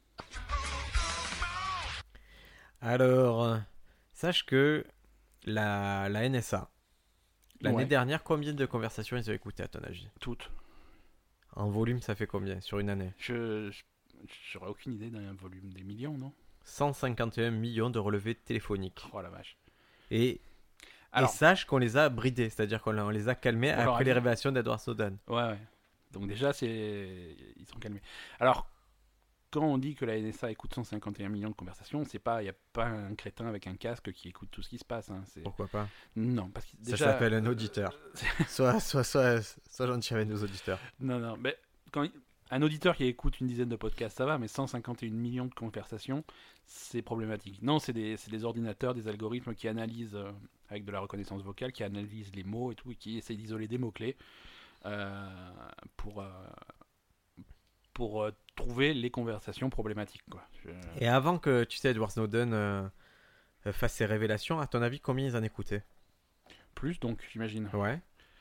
Alors, euh, sache que la, la N S A, l'année Ouais. dernière, combien de conversations ils ont écouté à ton avis? Toutes. En volume, ça fait combien sur une année? Je. je- J'aurais aucune idée d'un volume. Des millions, non? cent cinquante et un millions de relevés téléphoniques. Oh la vache. Et, Alors, et sache qu'on les a bridés, c'est-à-dire qu'on l'a- on les a calmés On leur a après les dit. révélations d'Edward Snowden. ouais, ouais. Donc déjà, c'est. Ils sont calmés. Alors, quand on dit que la N S A écoute cent cinquante et un millions de conversations, c'est pas, il y a pas un crétin avec un casque qui écoute tout ce qui se passe. Hein. C'est... Pourquoi pas? Non, parce que Ça déjà. s'appelle un auditeur. Soit, soit, soit, soit gentil avec nos auditeurs. Non, non, mais quand un auditeur qui écoute une dizaine de podcasts, ça va, mais cent cinquante et un millions de conversations, c'est problématique. Non, c'est des, c'est des ordinateurs, des algorithmes qui analysent, euh, avec de la reconnaissance vocale, qui analysent les mots et tout, et qui essayent d'isoler des mots-clés euh, pour, euh, pour euh, trouver les conversations problématiques, quoi. Je- Et avant que, tu sais, Edward Snowden euh, euh, fasse ses révélations, à ton avis, combien ils en écoutaient? Plus, donc, j'imagine. Ouais.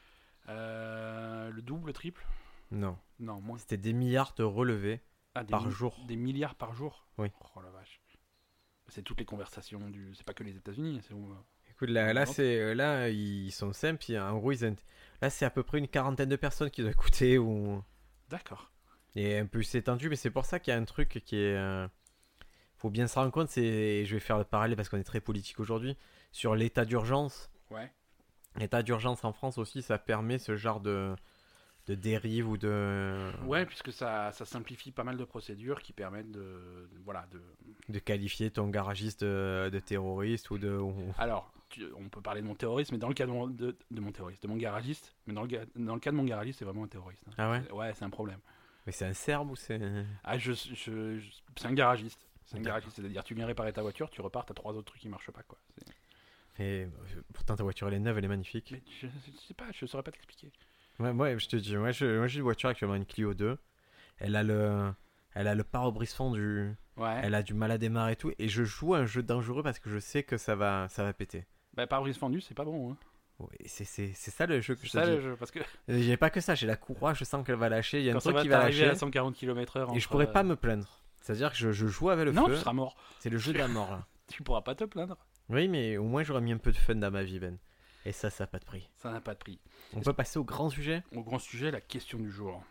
Euh, le double, le triple? Non. Non, moins. C'était des milliards de relevés Ah, des par mi- jour. Des milliards par jour? Oui. Oh la vache. C'est toutes les conversations du. C'est pas que les États-Unis, c'est où. euh, Écoute, là, là, Non. c'est, euh, là ils sont simples. puis, En gros, ils ont- là, c'est à peu près une quarantaine de personnes qui doivent écouter. Ou... D'accord. Et un peu étendu, mais c'est pour ça qu'il y a un truc qui est. euh, faut bien se rendre compte, c'est. Je vais faire le parallèle parce qu'on est très politique aujourd'hui. Sur l'état d'urgence. Ouais. L'état d'urgence en France aussi, ça permet ce genre de, de dérive ou de. Ouais, puisque ça, ça simplifie pas mal de procédures qui permettent de. de- voilà, de. De qualifier ton garagiste de, de terroriste ou de. ou- Alors, tu- on peut parler de mon terroriste, mais dans le cas de mon, de, de mon terroriste, de mon garagiste, mais dans le, ga- dans le cas de mon garagiste, c'est vraiment un terroriste. hein. Ah ouais. C'est- Ouais, c'est un problème. Mais c'est un Serbe ou c'est. Ah, je, je, je- c'est un garagiste. C'est un D'accord. garagiste, c'est-à-dire tu viens réparer ta voiture, tu repars, t'as trois autres trucs qui marchent pas, quoi. C'est- Et euh, pourtant ta voiture elle est neuve, elle est magnifique. Mais je, je sais pas, je saurais pas t'expliquer. Ouais, moi je te dis, moi je- moi, j'ai une voiture actuellement, une Clio deux. Elle a le, elle a le pare-brise fondu, Ouais. elle a du mal à démarrer et tout. Et je joue à un jeu dangereux parce que je sais que ça va, ça va péter. Bah, pare-brise fendu, c'est pas bon. Hein. Ouais, c'est, c'est, c'est ça le jeu que C'est je te ça dis. le jeu, parce que Euh, J'ai pas que ça, j'ai la courroie, je sens qu'elle va lâcher. Il y a un quand ça truc va qui va t'arriver lâcher. à cent quarante kilomètres heure. Et je pourrais pas me plaindre. C'est-à-dire que je, je joue avec le Non, feu. tu seras mort. C'est le jeu de la mort là. Tu pourras pas te plaindre. Oui, mais au moins j'aurais mis un peu de fun dans ma vie, Ben. Et ça, ça n'a pas de prix. Ça n'a pas de prix. On peut passer au grand sujet. Au grand sujet, la question du jour.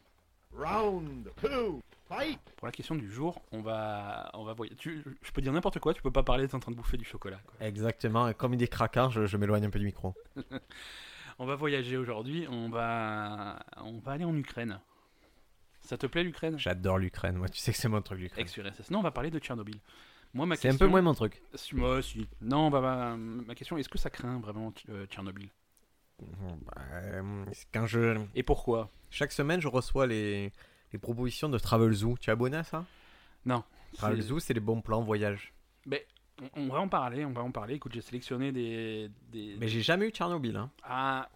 Round two, fight! Pour la question du jour, on va, on va voyager. Tu, je peux dire n'importe quoi, tu peux pas parler, t'es en train de bouffer du chocolat. Quoi. Exactement, et comme il est craquant, je, je m'éloigne un peu du micro. On va voyager aujourd'hui, on va, on va aller en Ukraine. Ça te plaît l'Ukraine? J'adore l'Ukraine, moi tu sais que c'est mon truc l'Ukraine. Ex-U R S S. Non, on va parler de Tchernobyl. Moi, ma C'est question... un peu moins mon truc. Si, moi, si. Non, bah, bah, ma question, est-ce que ça craint vraiment euh, Tchernobyl? Bon, bah, euh, quand je... Et pourquoi? Chaque semaine, je reçois les, les propositions de Travel Zoo. Tu es abonné à ça? Non. Travel C'est- Zoo, c'est les bons plans voyage. Mais on, on va en parler, on va en parler. Écoute, j'ai sélectionné des... des... Mais j'ai jamais eu Tchernobyl. Hein. Ah,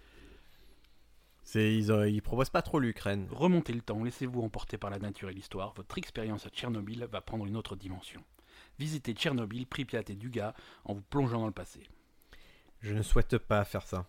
C'est, ils, ont- ils proposent pas trop l'Ukraine. remontez le temps, laissez-vous emporter par la nature et l'histoire. Votre expérience à Tchernobyl va prendre une autre dimension. Visitez Tchernobyl, Pripyat et Duga en vous plongeant dans le passé. Je ne souhaite pas faire ça.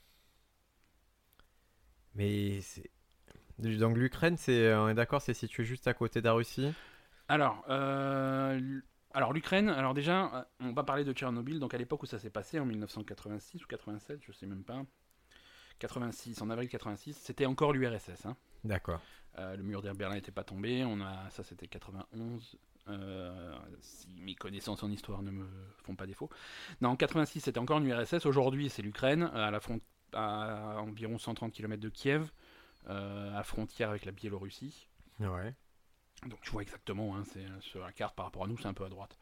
Mais c'est... Donc l'Ukraine, c'est, on est d'accord, c'est situé juste à côté de la Russie. Alors, euh, l- alors l'Ukraine, alors déjà, euh, on va parler de Tchernobyl, donc à l'époque où ça s'est passé, en mille neuf cent quatre-vingt-six ou quatre-vingt-sept, je sais même pas. quatre-vingt-six, en avril quatre-vingt-six, c'était encore l'U R S S. Hein. D'accord. Euh, le mur de Berlin n'était pas tombé, on a, ça c'était quatre-vingt-onze, euh, si mes connaissances en histoire ne me font pas défaut. Non, en quatre-vingt-six c'était encore une U R S S, aujourd'hui c'est l'Ukraine, à, la front, à environ cent trente kilomètres de Kiev, euh, à frontière avec la Biélorussie. Ouais. Donc tu vois exactement, hein, c'est, euh, sur la carte par rapport à nous, c'est un peu à droite.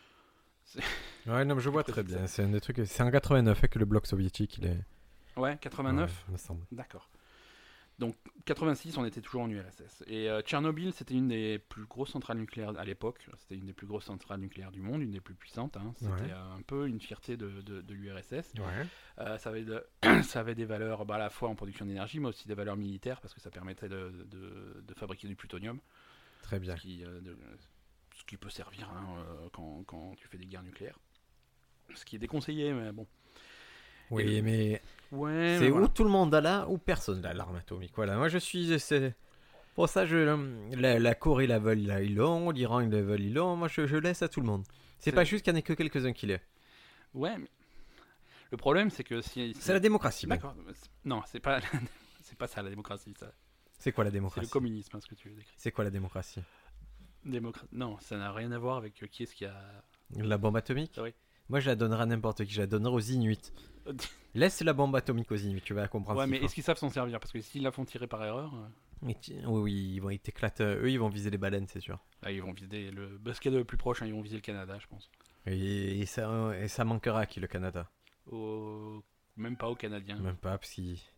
Ouais, non, mais je vois Plus très précis bien. C'est un des trucs. C'est en quatre-vingt-neuf hein, que le bloc soviétique, il est. Ouais, quatre-vingt-neuf. Ouais, il me semble. D'accord. Donc quatre-vingt-six, on était toujours en U R S S. Et euh, Tchernobyl, c'était une des plus grosses centrales nucléaires à l'époque. C'était une des plus grosses centrales nucléaires du monde, une des plus puissantes. hein. C'était Ouais. euh, un peu une fierté de, de, de l'U R S S. Ouais. Euh, ça, avait de- ça avait des valeurs bah, à la fois en production d'énergie, mais aussi des valeurs militaires, parce que ça permettait de, de- de fabriquer du plutonium, Très bien. ce qui, euh, de- ce qui peut servir hein, euh, quand, quand tu fais des guerres nucléaires. Ce qui est déconseillé, mais bon. Oui, Et- mais Ouais, c'est mais où voilà. tout le monde a là ou personne n'a l'arme atomique. Voilà, moi je suis. C'est... Pour ça, je, la, la Corée la veulent, là, ils l'ont. L'Iran, ils la veulent, ils l'ont. Moi, je, je laisse à tout le monde. C'est, C'est- pas juste qu'il n'y en ait que quelques-uns qui l'aient. Ouais, mais le problème, c'est que si. si- C'est la démocratie. Ben. D'accord. mais c'est- Non, c'est pas, c'est pas ça la démocratie. Ça. C'est quoi la C'est le démocratie communisme, hein, ce que tu décris. C'est quoi la démocratie Démocra- Non, ça n'a rien à voir avec euh, qui est-ce qui a. La bombe atomique Oui. Moi, je la donnerai à n'importe qui. Je la donnerai aux Inuits. Laisse la bombe atomique aux Inuits, tu vas comprendre. Ouais, ce qu'il mais faut. est-ce qu'ils savent s'en servir? Parce que s'ils la font tirer par erreur, euh, Et tu- Oui, oui, ils, vont, ils t'éclatent. euh, Eux, ils vont viser les baleines, c'est sûr. là, ils vont viser le. Parce qu'il y a de plus proche, hein, ils vont viser le Canada, je pense. Et, et ça, et ça manquera à qui, le Canada Au... Même pas aux Canadiens. Même pas, parce qu'ils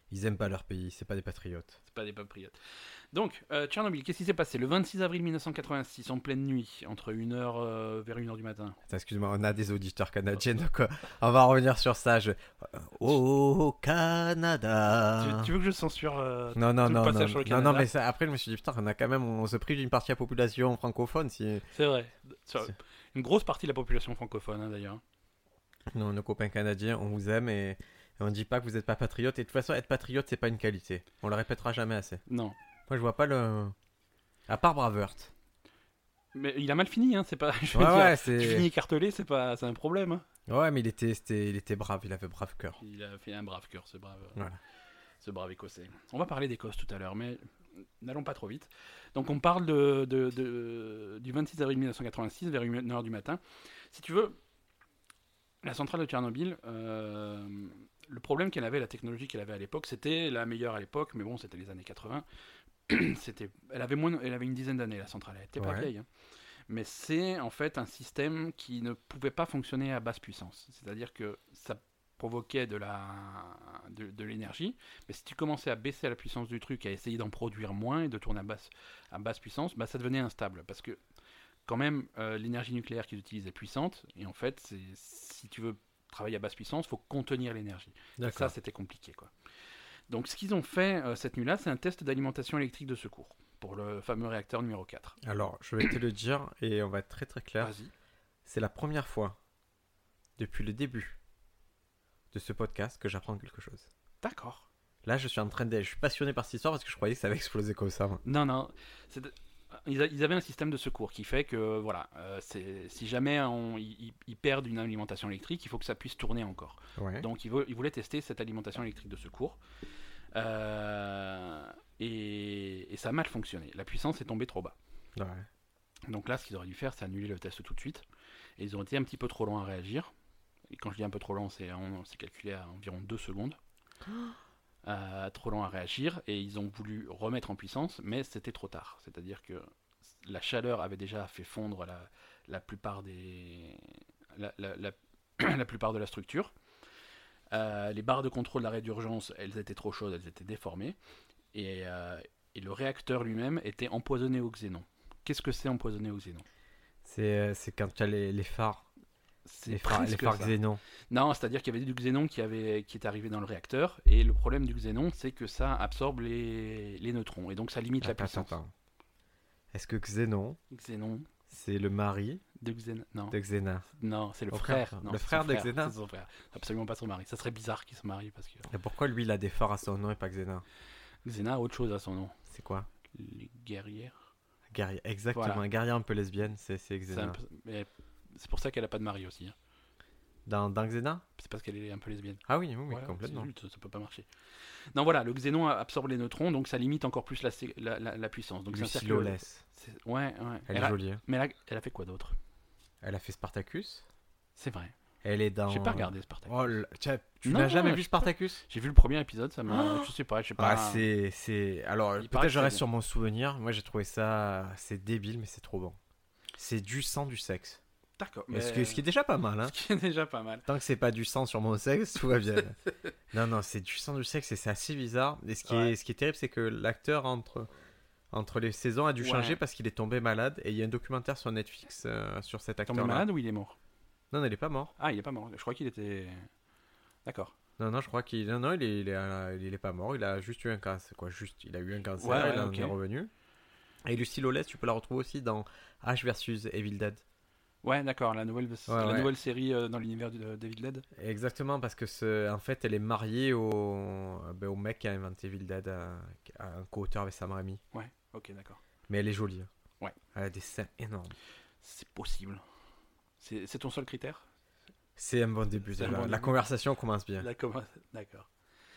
Ils aiment pas leur pays, c'est pas des patriotes. C'est pas des patriotes. Donc, euh, Tchernobyl, qu'est-ce qui s'est passé le vingt-six avril mille neuf cent quatre-vingt-six, en pleine nuit, entre une heure euh, vers une heure du matin. Attends, excuse-moi, on a des auditeurs canadiens, donc euh, on va revenir sur ça. Je... Oh, Canada. Tu, tu veux que je censure euh, Non, non, tout le non, passage non, sur le non, Canada? non, mais ça, après, je me suis dit, putain, on a quand même, on se prive d'une partie de la population francophone. Si... C'est vrai. Sur- C'est- Une grosse partie de la population francophone, hein, d'ailleurs. Non, nos copains canadiens, on vous aime et, et on dit pas que vous êtes pas patriote. Et de toute façon, être patriote, c'est pas une qualité. On le répétera jamais assez. Non. Moi, je vois pas le. À part Braveheart. Mais il a mal fini, hein, c'est pas... Je veux Ouais, dire, ouais, tu c'est. finis écartelé, c'est pas... c'est un problème. Hein. Ouais, mais il était, c'était- il était brave, il avait brave cœur. Il a fait un brave cœur, ce brave, Voilà. ce brave écossais. On va parler d'Écosse tout à l'heure, mais n'allons pas trop vite. Donc on parle de, de- de- du vingt-six avril mille neuf cent quatre-vingt-six, vers une heure du matin. Si tu veux, la centrale de Tchernobyl, euh, le problème qu'elle avait, la technologie qu'elle avait à l'époque, c'était la meilleure à l'époque, mais bon, c'était les années quatre-vingts. C'était, elle, avait moins, elle avait une dizaine d'années, la centrale, elle était pas Ouais. vieille. Hein. Mais c'est en fait un système qui ne pouvait pas fonctionner à basse puissance. C'est-à-dire que ça provoquait de, la, de, de l'énergie, mais si tu commençais à baisser la puissance du truc, à essayer d'en produire moins et de tourner à basse, à basse puissance, bah, ça devenait instable. Parce que quand même, euh, l'énergie nucléaire qu'ils utilisent est puissante, et en fait, c'est, si tu veux travailler à basse puissance, il faut contenir l'énergie. Et ça, D'accord. c'était compliqué, quoi. Donc ce qu'ils ont fait euh, cette nuit-là, c'est un test d'alimentation électrique de secours pour le fameux réacteur numéro quatre. Alors, je vais te le dire et on va être très très clair. Vas-y. C'est la première fois depuis le début de ce podcast que j'apprends quelque chose. D'accord. Là, je suis en train de. Je suis passionné par cette histoire parce que je croyais que ça avait explosé comme ça. moi. Non, non. c'est de- Ils, a- ils avaient un système de secours qui fait que, voilà, euh, c'est... si jamais on- ils, ils perdent une alimentation électrique, il faut que ça puisse tourner encore. Ouais. Donc ils, vou- ils voulaient tester cette alimentation électrique de secours. Euh, et, et ça a mal fonctionné. La puissance est tombée trop bas. Ouais. Donc là, ce qu'ils auraient dû faire, c'est annuler le test tout de suite. Et ils ont été un petit peu trop longs à réagir. Et quand je dis un peu trop long, c'est, on- c'est calculé à environ deux secondes. Euh, trop long à réagir. Et ils ont voulu remettre en puissance, mais c'était trop tard. C'est-à-dire que la chaleur avait déjà fait fondre la, la plupart des... La, la- la- la plupart de la structure. Euh, les barres de contrôle d'arrêt d'urgence, elles étaient trop chaudes, elles étaient déformées. Et, euh, et le réacteur lui-même était empoisonné au xénon. Qu'est-ce que c'est empoisonné au xénon? C'est, euh, c'est quand tu as les, les phares. C'est Les phares, les presque phares ça. xénon. Non, c'est-à-dire qu'il y avait du xénon qui, avait, qui est arrivé dans le réacteur. Et le problème du xénon, c'est que ça absorbe les, les neutrons. Et donc ça limite la Attends, puissance. attends. Est-ce que Xénon, Xénon c'est le mari de Xénon. Non, de Xéna? non c'est le Au frère. frère. Non, Le c'est frère son de Xéna. C'est son frère. Absolument pas son mari. Ça serait bizarre qu'il se marie parce que Et pourquoi lui il a des phares à son nom et pas Xéna? Xéna a autre chose à son nom. C'est quoi? Les guerrières. Guerrière. Exactement, Voilà. un guerrier un peu lesbienne, c'est, c'est C'est, Xéna. un peu- mais c'est pour ça qu'elle a pas de mari aussi. hein. Dans, dans Xéna? C'est parce qu'elle est un peu lesbienne. Ah oui, oui, oui, Voilà, complètement. c'est nul, ça peut pas marcher. Non, voilà, le xénon absorbe les neutrons, donc ça limite encore plus la, sé- la, la- la puissance. Donc c'est un Lucie cercle- Lawless. c'est- Ouais, ouais. Elle Elle est a- jolie. hein. Mais elle a, elle a fait quoi d'autre? Elle a fait Spartacus. C'est vrai. Elle est dans. J'ai pas regardé Spartacus. Oh, le- Tiens, tu Non, n'as jamais je vu sais pas. Spartacus? J'ai vu le premier épisode, ça m'a. je sais pas, je sais pas. Ah, c'est, c'est... Alors, Il paraît peut-être que je reste c'est sur mon souvenir. Moi, j'ai trouvé ça... C'est débile, mais c'est trop bon. C'est du sang, du sexe. D'accord. Mais... Ce, mais- qui, ce qui est déjà pas mal, hein. Ce qui est déjà pas mal. Tant que c'est pas du sang sur mon sexe, tout va bien. Non, non, c'est du sang, du sexe et c'est assez bizarre. Et ce qui, Ouais. est, ce qui est terrible, c'est que l'acteur, entre, entre les saisons, a dû Ouais. changer parce qu'il est tombé malade. Et il y a un documentaire sur Netflix euh, sur cet Il est tombé acteur-là. malade ou il est mort? Non, non, il est pas mort. Ah, il est pas mort. Je crois qu'il était. D'accord. Non, non, je crois qu'il non, non, il est, il est, euh, il est pas mort. Il a juste eu un cancer. Quoi, juste, il a eu un cancer. Ouais, ouais, il en ok. est revenu. Et Lucy Lawless, tu peux la retrouver aussi dans Ash versus Evil Dead. Ouais, d'accord. La nouvelle, la ouais. nouvelle série euh, dans l'univers de David Dead. Exactement, parce que ce, en fait, elle est mariée au, ben, au mec qui a inventé Evil Dead, à, à un co-auteur avec Sam Raimi. Ouais. Ok, d'accord. Mais elle est jolie. hein. Ouais. Elle a des seins énormes. C'est possible. C'est c'est ton seul critère? C'est un bon début. C'est un déjà. bon La début. conversation commence bien. D'accord. D'accord.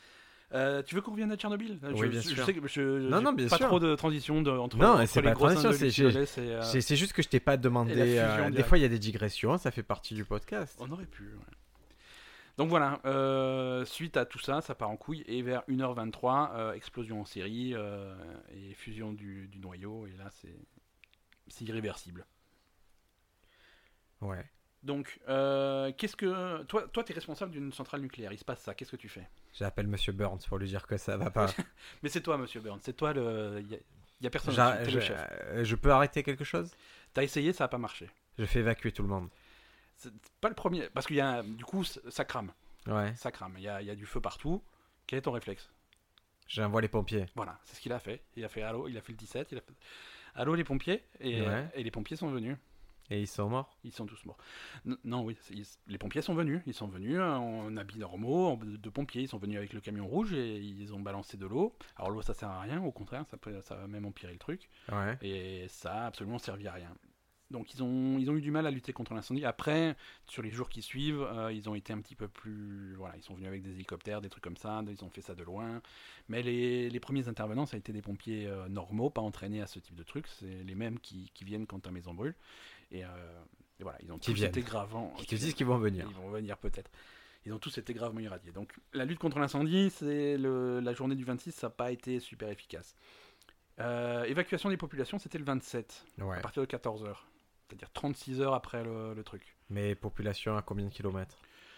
Euh, tu veux qu'on revienne à Tchernobyl? Oui, je, bien je sûr. sais que je, Non, j'ai non, bien pas sûr. trop de transition de, entre, Non, entre c'est les pas gros seins transition, de c'est- Lucy j'ai- Lawless et, euh, C'est c'est juste que je t'ai pas demandé. et la fusion euh, des directe. fois, il y a des digressions, ça fait partie du podcast. On aurait pu. ouais. Donc voilà, euh, suite à tout ça, ça part en couille et vers une heure vingt-trois, euh, explosion en série euh, et fusion du, du noyau et là c'est c'est irréversible. Ouais. Donc, euh, qu'est-ce que. Toi, toi, tu es responsable d'une centrale nucléaire. Il se passe ça. Qu'est-ce que tu fais? J'appelle Monsieur Burns pour lui dire que ça va pas. Mais c'est toi, monsieur Burns. C'est toi le. Il y, a- y a personne J'a- dessus. T'es je, le chef. euh, je peux arrêter quelque chose? T'as essayé, ça n'a pas marché. Je fais évacuer tout le monde. C'est pas le premier. Parce qu'il y a. Du coup, c- ça crame. Ouais. Ça crame. Il y a, il y a du feu partout. Quel est ton réflexe? J'envoie les pompiers. Voilà, c'est ce qu'il a fait. Il a fait allô, il a fait le dix-sept. Il a fait allô, les pompiers. Et, Ouais. et les pompiers sont venus. Et ils sont morts? Ils sont tous morts. N- non, oui, c'est- ils- les pompiers sont venus. Ils sont venus euh, en habits normaux, en- de pompiers. Ils sont venus avec le camion rouge et ils ont balancé de l'eau. Alors l'eau, ça sert à rien. Au contraire, ça, peut, ça va même empirer le truc. Ouais. Et ça a absolument servi à rien. Donc ils ont, ils ont eu du mal à lutter contre l'incendie. Après, sur les jours qui suivent, euh, ils ont été un petit peu plus... Voilà, ils sont venus avec des hélicoptères, des trucs comme ça. Ils ont fait ça de loin. Mais les, les premiers intervenants, ça a été des pompiers euh, normaux, pas entraînés à ce type de trucs. C'est les mêmes qui, qui viennent quand ta maison brûle. Et, euh, et voilà, ils ont Qui tous viennent. été gravement... Ils te disent qu'ils vont venir. Ils vont venir peut-être. Ils ont tous été gravement irradiés. Donc la lutte contre l'incendie, c'est le, la journée du vingt-six, ça n'a pas été super efficace. Euh, évacuation des populations, c'était le vingt-sept, Ouais. à partir de quatorze heures. C'est-à-dire trente-six heures après le, le truc. Mais population à combien de kilomètres?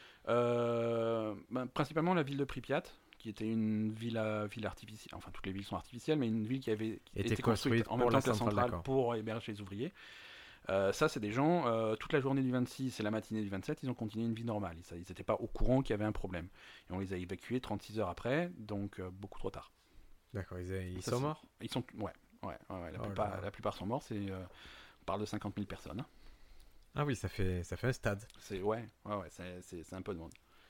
Euh, ben, principalement la ville de Pripyat, qui était une ville, à- ville artificielle. Enfin, toutes les villes sont artificielles, mais une ville qui avait qui Était été construite construite en même pour temps la que la centrale, centrale d'accord. pour héberger les ouvriers. Euh, ça, c'est des gens, euh, toute la journée du vingt-six et la matinée du vingt-sept, ils ont continué une vie normale. Ils n'étaient pas au courant qu'il y avait un problème. Et on les a évacués trente-six heures après, donc euh, beaucoup trop tard. D'accord, ils, ils Ça, sont c'est- morts? Ils sont, ouais, ouais, ouais, ouais, la, Oh plupart, là là. la plupart sont morts. C'est, euh, on parle de cinquante mille personnes. hein. Ah oui, ça fait, ça fait un stade. C'est ouais, ouais, ouais, c'est, c'est, c'est un peu de monde.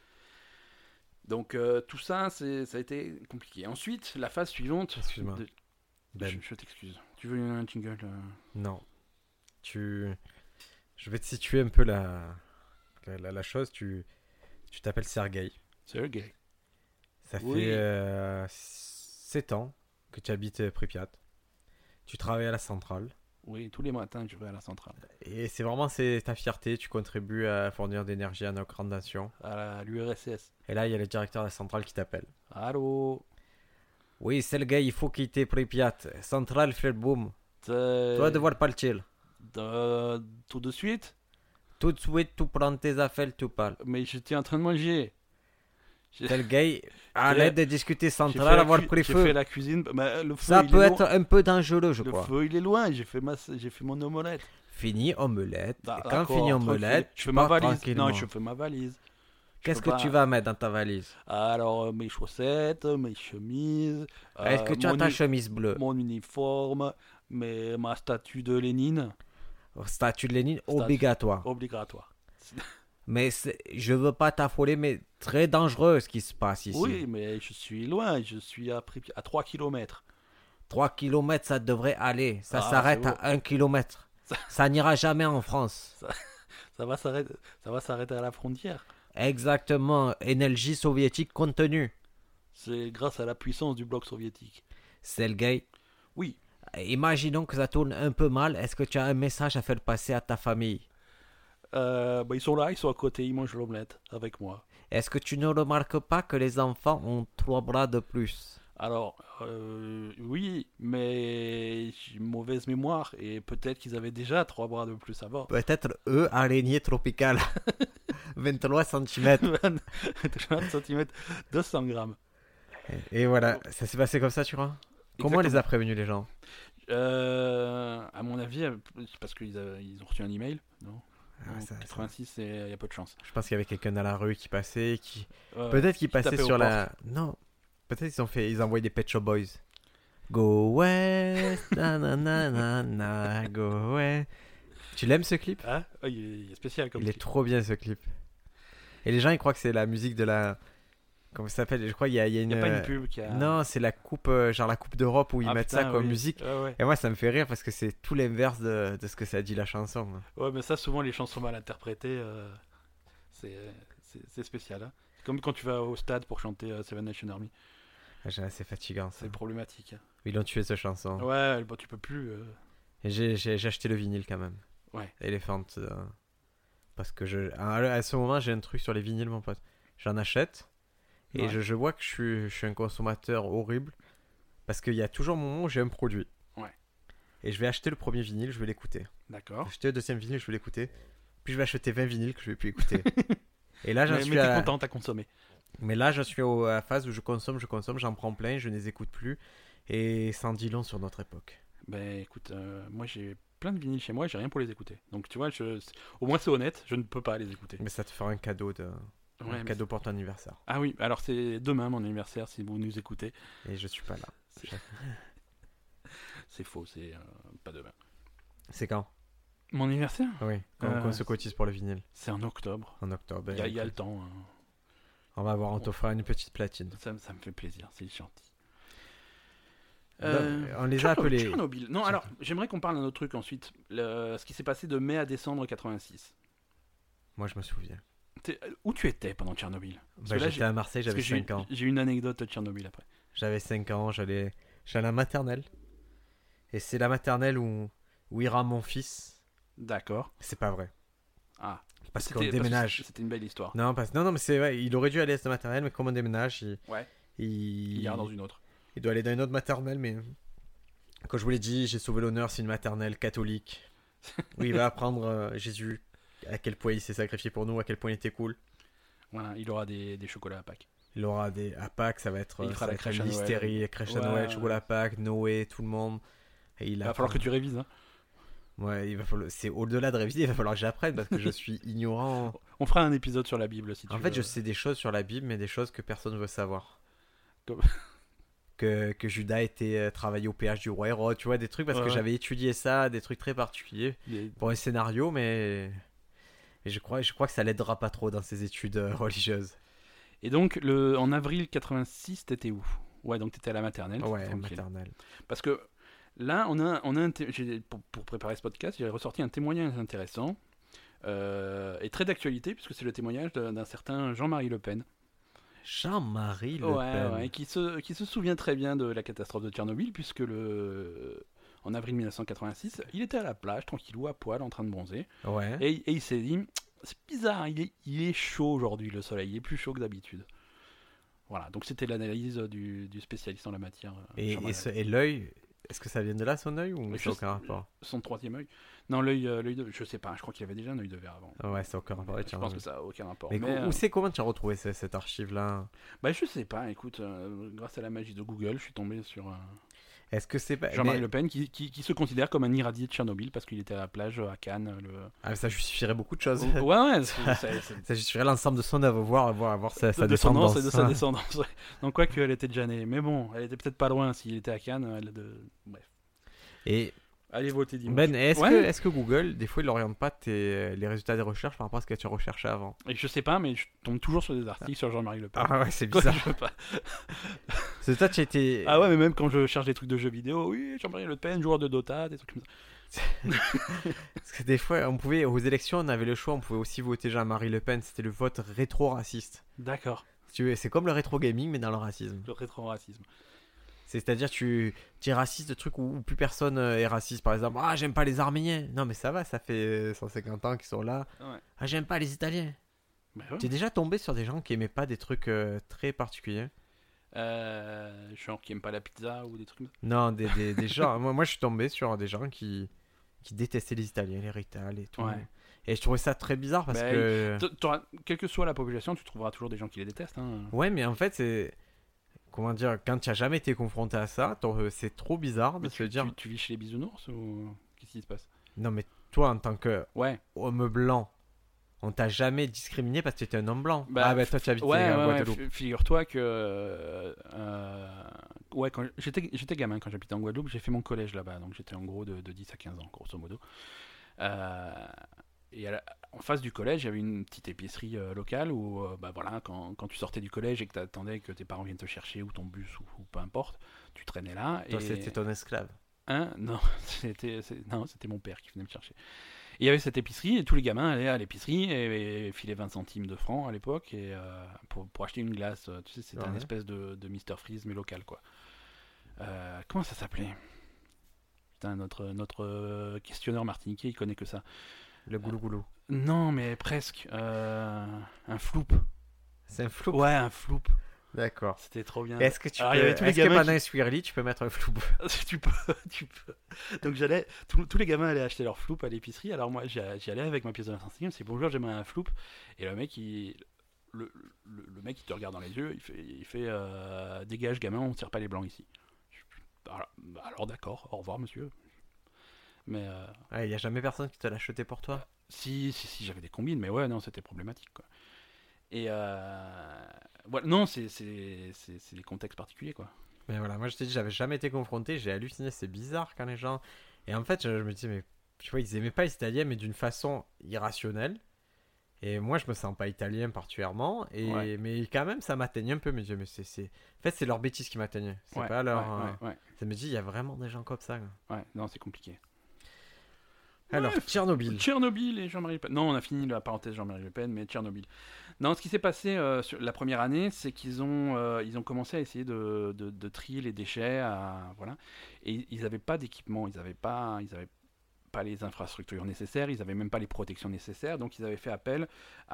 Donc euh, tout ça, c'est, ça a été compliqué. Ensuite, la phase suivante. Excuse-moi. de- Ben, Je, je t'excuse. Tu veux un jingle euh non. Tu... Je vais te situer un peu la, la, la- la chose. Tu tu t'appelles Sergueï. Sergei. Ça Oui. fait euh, sept ans que tu habites Pripyat. Tu travailles à la centrale. Oui, tous les matins, je vais à la centrale, Et c'est vraiment c'est ta fierté. Tu contribues à fournir d'énergie à nos grandes nations. à la- l'U R S S. Et là, il y a le directeur de la centrale qui t'appelle. Allô. Oui, Sergueï, il faut quitter Pripyat. Centrale fait le boom. T'es- Tu vas devoir partir. de- tout de suite. Tout de suite, tu prends tes affaires, tu parles. Mais j'étais en train de manger. J'ai- Sergueï, arrête de discuter j'ai fait centrale, la avoir cu- pris j'ai feu. fait la cuisine. Mais le feu, Ça il peut est être loin. un peu dangereux, je Le crois. feu, il est loin. J'ai fait ma, j'ai fait mon omelette. Fini omelette. Bah, Et quand d'accord, fini tranquille. omelette, je tu fais ma pars valise. tranquillement. Non, je fais ma valise. Je Qu'est-ce peux que pas- tu vas mettre dans ta valise? Alors, euh, mes chaussettes, mes chemises. euh, Est-ce que tu as mon ta uni- chemise bleue? Mon uniforme, mes, ma statue de Lénine, Statue de Lénine, Statue. obligatoire. obligatoire. Mais c'est- je veux pas t'affoler, mais très dangereux ce qui se passe ici. Oui, mais je suis loin, je suis à, Pripy- à trois kilomètres. trois kilomètres, ça devrait aller. Ça Ah, s'arrête c'est à bon. un kilomètre. Ça- Ça n'ira jamais en France. Ça va s'arrêter, ça va s'arrêter à la frontière. Exactement. Énergie soviétique contenue. C'est grâce à la puissance du bloc soviétique. Sergueï, Oui, imaginons que ça tourne un peu mal. Est-ce que tu as un message à faire passer à ta famille? euh, bah, ils sont là, ils sont à côté, ils mangent l'omelette avec moi. Est-ce que tu ne remarques pas que les enfants ont trois bras de plus? Alors, euh, oui, mais j'ai une mauvaise mémoire et peut-être qu'ils avaient déjà trois bras de plus avant. Peut-être eux, araignées tropicales. vingt-trois centimètres. vingt centimètres, deux cents grammes. Et voilà, ça s'est passé comme ça, tu crois? Comment on les a prévenus, les gens? Euh, à mon avis, euh, c'est parce qu'ils a- ils ont reçu un email, non Ah, Non, ça- ça- quatre-vingt-six, il y a peu de chance. Je pense qu'il y avait quelqu'un dans la rue qui passait, qui... Euh, Peut-être qu'ils passaient tapait aux sur la... Non, peut-être ils ont fait... Ils ont envoyé des Pet Shop Boys. Go west, na na na na na, go west. Tu l'aimes ce clip? Ah, oh, il, est, il est spécial comme Il est clip. trop bien ce clip. Et les gens ils croient que c'est la musique de la... Comment ça s'appelle? Je crois qu'il y a, il y a Il une... n'y a pas une pub qui a... Non, c'est la coupe, euh, genre la coupe d'Europe où ils Ah, mettent putain, ça comme oui. musique. Ouais, ouais. Et moi ça me fait rire parce que c'est tout l'inverse de, de ce que ça dit la chanson. Ouais, mais ça, souvent, les chansons mal interprétées, euh, c'est, c'est, c'est spécial. Hein. C'est comme quand tu vas au stade pour chanter euh, Seven Nation Army. J'ai- C'est fatigant ça. C'est problématique. hein. Ils ont tué cette chanson. Ouais, bon, tu peux plus... euh, Et j'ai, j'ai, j'ai acheté le vinyle quand même. Ouais. Elephant. euh, parce que je, à, à ce moment, j'ai un truc sur les vinyles, mon pote. J'en achète. Et Ouais. je, je vois que je suis, je suis un consommateur horrible. Parce qu'il y a toujours un moment où j'ai un produit. Ouais. Et je vais acheter le premier vinyle, je vais l'écouter. D'accord. Acheter le deuxième vinyle, je vais l'écouter. puis je vais acheter vingt vinyles que je vais plus écouter. Et là, j'en mais suis mais t'es à... content, t'as consommé. Mais là, je suis au- à la phase où je consomme, je consomme, j'en prends plein, je ne les écoute plus. Et ça en dit long sur notre époque. Ben écoute, euh, moi j'ai plein de vinyles chez moi, j'ai rien pour les écouter. Donc tu vois, je... au moins c'est honnête, je ne peux pas les écouter. Mais ça te fera un cadeau, de... Ouais, un mais cadeau pour ton anniversaire. Ah oui, alors c'est demain mon anniversaire si vous nous écoutez. Et je suis pas là. C'est, c'est faux, c'est euh, pas demain. C'est quand? Mon anniversaire Oui, quand Euh, on se cotise pour le vinyle. C'est en octobre. En octobre. Il y, a- ben, il y a le écoute, temps. hein. On va voir, on t'offrira une petite platine. Ça, ça me fait plaisir, c'est gentil. Non, Euh, on les a Tchernobyl- appelés. Tchernobyl. Non, alors, j'aimerais qu'on parle d'un autre truc ensuite. Le- ce qui s'est passé de mai à décembre quatre-vingt-six. Moi, je me souviens. T'es- euh, Où tu étais pendant Tchernobyl? Parce Bah, que là, j'étais à Marseille, Parce j'avais que j'ai, cinq ans. j'ai une anecdote de Tchernobyl après. J'avais cinq ans, j'allais, j'allais à la maternelle. Et c'est la maternelle où, où ira mon fils. D'accord. C'est pas vrai. Ah. Parce C'était- qu'on parce que déménage. C'était une belle histoire. Non, parce... non, non, mais c'est vrai, il aurait dû aller à cette maternelle, mais comme on déménage, il, Ouais. il... Il ira dans une autre. il doit aller dans une autre maternelle, mais quand je vous l'ai dit, j'ai sauvé l'honneur, c'est une maternelle catholique. Où il va apprendre euh, Jésus, à quel point il s'est sacrifié pour nous, à quel point il était cool. Voilà, il aura des, des chocolats à Pâques. Il aura des à Pâques, ça va être, Et il ça fera va la être crèche à Noël. l'hystérie, crèche à Ouais, Noël, ouais. chocolat à Pâques, Noé, tout le monde. Et il Il va apprend- falloir que tu révises. Hein. Ouais, il va falloir... c'est au-delà de réviser, il va falloir que j'apprenne parce que je suis ignorant. On fera un épisode sur la Bible si tu En veux. fait, je sais des choses sur la Bible, mais des choses que personne ne veut savoir. Comme- Que, que Judas était euh, travaillé au péage du roi Hérode, tu vois, des trucs parce Ouais, que ouais. j'avais étudié ça, des trucs très particuliers Des- pour un scénario, mais et je crois, je crois que ça l'aidera pas trop dans ses études euh, religieuses. Et donc, le... en avril quatre-vingt-six, t'étais où? Ouais, donc t'étais à la maternelle. t'étais Ouais, tranquille. maternelle. Parce que là, on a, on a un té- j'ai- pour, pour préparer ce podcast, j'ai ressorti un témoignage intéressant euh, et très d'actualité, puisque c'est le témoignage d'un d'un certain Jean-Marie Le Pen. Jean-Marie Le ouais, Pen. ouais, qui se, qui se souvient très bien de la catastrophe de Tchernobyl, puisque le, en avril mille neuf cent quatre-vingt-six, il était à la plage, tranquillou, à poil, en train de bronzer, Ouais. et, et il s'est dit, c'est bizarre, il est, il est chaud aujourd'hui, le soleil, il est plus chaud que d'habitude. Voilà, donc c'était l'analyse du, du spécialiste en la matière. euh, Et, Jean-Marie et, ce- et l'œil, est-ce que ça vient de là son œil ou Je ça n'a sais- aucun rapport? Son troisième œil. Non, l'œil, euh, l'œil de... Je sais pas, je crois qu'il avait déjà un œil de verre avant. Ouais, ça n'a aucun rapport. je tiens. pense que ça a aucun rapport. Mais, Mais, où euh, c'est, comment tu as retrouvé ce- cette archive-là? bah, je sais pas, écoute, euh, grâce à la magie de Google, je suis tombé sur euh, Est-ce que c'est pas. Jean-Marie mais- Le Pen qui, qui, qui se considère comme un irradié de Tchernobyl parce qu'il était à la plage à Cannes. Le... Ah, ça justifierait beaucoup de choses. ouais, ouais, c'est- c'est- c'est- Ça justifierait l'ensemble de son œuvre, voir, voir, voir sa, sa de son nom, descendance. c'est de sa descendance. ouais. Donc, quoi qu'elle était déjà née. Mais bon, elle était peut-être pas loin s'il était à Cannes. Elle de... Bref. Et Allez voter dimanche. Ben, est-ce Ouais. que, est-ce que Google, des fois, il n'oriente pas tes, les résultats des recherches par rapport à ce que tu as recherché avant? Et je sais pas, mais je tombe toujours sur des articles sur Jean-Marie Le Pen. Ah ouais, c'est Quoi, bizarre. je veux pas. C'est toi, tu as été. Ah ouais, mais même quand je cherche des trucs de jeux vidéo, oui, Jean-Marie Le Pen, joueur de Dota, des trucs comme ça. Parce que des fois, on pouvait, aux élections, on avait le choix, on pouvait aussi voter Jean-Marie Le Pen. C'était le vote rétro-raciste. D'accord, Si tu veux, c'est comme le rétro-gaming, mais dans le racisme. le rétro-racisme. C'est-à-dire, tu, tu es raciste de trucs où, où plus personne euh, est raciste. Par exemple, ah, j'aime pas les Arméniens. Non, mais ça va, ça fait euh, cent cinquante ans qu'ils sont là. Ouais. Ah, j'aime pas les Italiens. Bah ouais. Tu es déjà tombé sur des gens qui aimaient pas des trucs euh, très particuliers? Euh, genre qui aime pas la pizza ou des trucs comme ça. Non, des, des, des gens. Moi, moi, je suis tombé sur des gens qui, qui détestaient les Italiens, les Rital et tout. Ouais. Et je trouvais ça très bizarre parce Bah, que. T- t'auras- Quelle que soit la population, tu trouveras toujours des gens qui les détestent. Hein. Ouais, mais en fait, c'est. Comment dire, quand tu as jamais été confronté à ça, ton- c'est trop bizarre de Mais se tu, dire. tu, tu vis chez les bisounours ou qu'est-ce qui se passe? Non, mais toi, en tant qu'homme Ouais. blanc, on t'a jamais discriminé parce que tu étais un homme blanc. Bah, ah, bah toi, tu habitais Ouais, à ouais, ouais, Guadeloupe. fi- figure-toi que euh, euh, ouais, quand j'étais j'étais gamin quand j'habitais en Guadeloupe, j'ai fait mon collège là-bas, donc j'étais en gros de, de dix à quinze ans, grosso modo. Euh, et à la- en face du collège, il y avait une petite épicerie euh, locale où, euh, bah voilà, quand, quand tu sortais du collège et que tu attendais que tes parents viennent te chercher ou ton bus ou, ou peu importe, tu traînais là. Toi, et... c'était ton esclave. Hein? Non, c'était c'est- non, c'était mon père qui venait me chercher. Et il y avait cette épicerie et tous les gamins allaient à l'épicerie et, et filaient vingt centimes de francs à l'époque et euh, pour, pour acheter une glace. euh, Tu sais, c'était un Ouais. espèce de, de mister Freeze mais local quoi. Euh, comment ça s'appelait? Putain, notre, notre euh, questionneur martiniquais, il connaît que ça. Le goulou goulou. Non, mais presque. euh, un floup. C'est un flou. Ouais, un floup. D'accord. C'était trop bien. Est-ce que tu Alors, peux, il y avait tous les est-ce que gamins pendant qui- un Swirly, tu peux mettre un flou? tu peux, tu peux. Donc j'allais, tous tous les gamins allaient acheter leur floupe à l'épicerie. Alors moi, j'y j'y allais avec ma pièce de vingt centimes. C'est bonjour, j'aimerais un floupe. Et le mec, il, le, le, le mec, il te regarde dans les yeux. Il fait, il fait euh, dégage, gamin, on tire pas les blancs ici. Je- Alors, alors d'accord, au revoir, monsieur. Mais euh, Il n'y a jamais personne qui te l'a acheté pour toi? si, si, si, j'avais des combines, mais ouais, non, c'était problématique, quoi. Et euh, voilà, non, c'est, c'est, c'est, c'est des contextes particuliers, quoi. Mais voilà, moi je t'ai dit, j'avais jamais été confronté, j'ai halluciné, c'est bizarre quand les gens. Et en fait, je, je me disais, mais tu vois, ils aimaient pas les Italiens, mais d'une façon irrationnelle. Et moi, je me sens pas italien particulièrement, et Ouais. mais quand même, ça m'atteignait un peu. Mais, je- mais c'est, c'est... En fait, c'est leur bêtise qui m'atteignait. C'est Ouais, pas leur. ouais, euh, ouais, ouais, Ça me dit, il y a vraiment des gens comme ça. quoi. ouais, non, c'est compliqué. Alors, Bref. Tchernobyl. Tchernobyl et Jean-Marie Le Pen. Non, on a fini la parenthèse Jean-Marie Le Pen, mais Tchernobyl. Non, ce qui s'est passé euh, sur la première année, c'est qu'ils ont, euh, ils ont commencé à essayer de, de, de trier les déchets, à, voilà. Et ils n'avaient pas d'équipement, ils n'avaient pas, ils avaient pas les infrastructures nécessaires, ils n'avaient même pas les protections nécessaires, donc ils avaient fait appel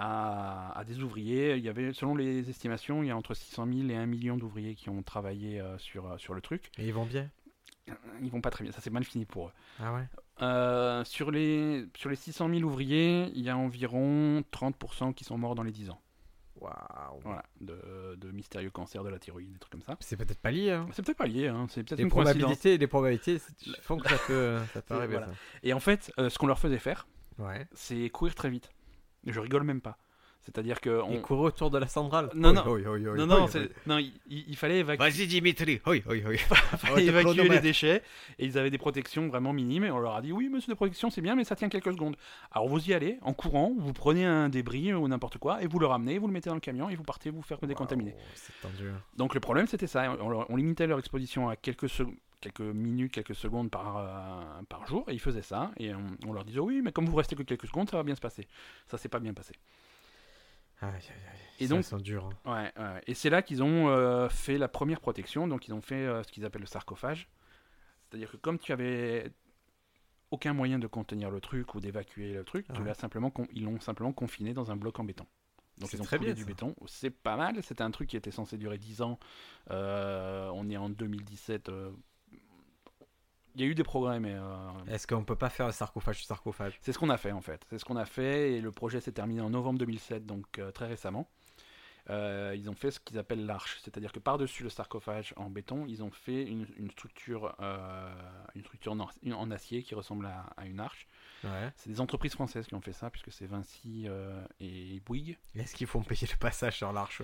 à, à des ouvriers. Il y avait, selon les estimations, il y a entre six cent mille et un million d'ouvriers qui ont travaillé euh, sur, sur le truc. Et ils vont bien? Ils vont pas très bien, ça s'est mal fini pour eux. Ah ouais? Euh, sur, les, sur les six cent mille ouvriers, il y a environ trente pour cent qui sont morts dans les dix ans. Waouh. Voilà, de, de mystérieux cancers de la thyroïde, des trucs comme ça. C'est peut-être pas lié. Hein. C'est peut-être pas lié, hein, c'est peut-être Les une coïncidence. probabilités, les probabilités c'est- font que ça peut, ça peut C'est- arriver. voilà. Et en fait, euh, ce qu'on leur faisait faire, Ça. Ouais. c'est courir très vite. Je rigole même pas. C'est-à-dire que. Ils On... couraient autour de la centrale. Non, Oi, non. oi, oi, oi, Non, oi, non, oi. c'est- non, il, il- il fallait évacuer, Vas-y Dimitri. Oi, oi, oi. fallait te évacuer les chronomètre. déchets et ils avaient des protections vraiment minimes et on leur a dit oui, monsieur de protection c'est bien, mais ça tient quelques secondes. Alors vous y allez en courant, vous prenez un débris ou n'importe quoi et vous le ramenez, vous le mettez dans le camion et vous partez vous faire décontaminer. Waouh, c'est tendu. Donc le problème c'était ça, on, leur- on limitait leur exposition à quelques, sec- quelques minutes, quelques secondes par, euh, par jour et ils faisaient ça et on, on leur disait oui mais comme vous restez que quelques secondes ça va bien se passer. Ça s'est pas bien passé. Aïe, aïe, aïe. Et Ça, donc- ils sont durs. hein. Ouais, ouais. Et c'est là qu'ils ont euh, fait la première protection, donc ils ont fait euh, ce qu'ils appellent le sarcophage. C'est-à-dire que comme tu avais aucun moyen de contenir le truc ou d'évacuer le truc, tu Ouais. l'as simplement con- ils l'ont simplement confiné dans un bloc en béton. Donc C'est ils ont très coulé bien, du ça. béton. C'est pas mal, c'était un truc qui était censé durer dix ans. Euh, on est en deux mille dix-sept. euh, Il y a eu des progrès, mais euh, Est-ce qu'on peut pas faire un sarcophage sur sarcophage? c'est ce qu'on a fait en fait. C'est ce qu'on a fait et le projet s'est terminé en novembre deux mille sept, donc euh, très récemment. Euh, ils ont fait ce qu'ils appellent l'arche, c'est-à-dire que par-dessus le sarcophage en béton, ils ont fait une, une structure, euh, une structure en, une- en acier qui ressemble à, à une arche. Ouais. C'est des entreprises françaises qui ont fait ça, puisque c'est Vinci euh, et Bouygues. Est-ce qu'ils font payer le passage sur l'arche?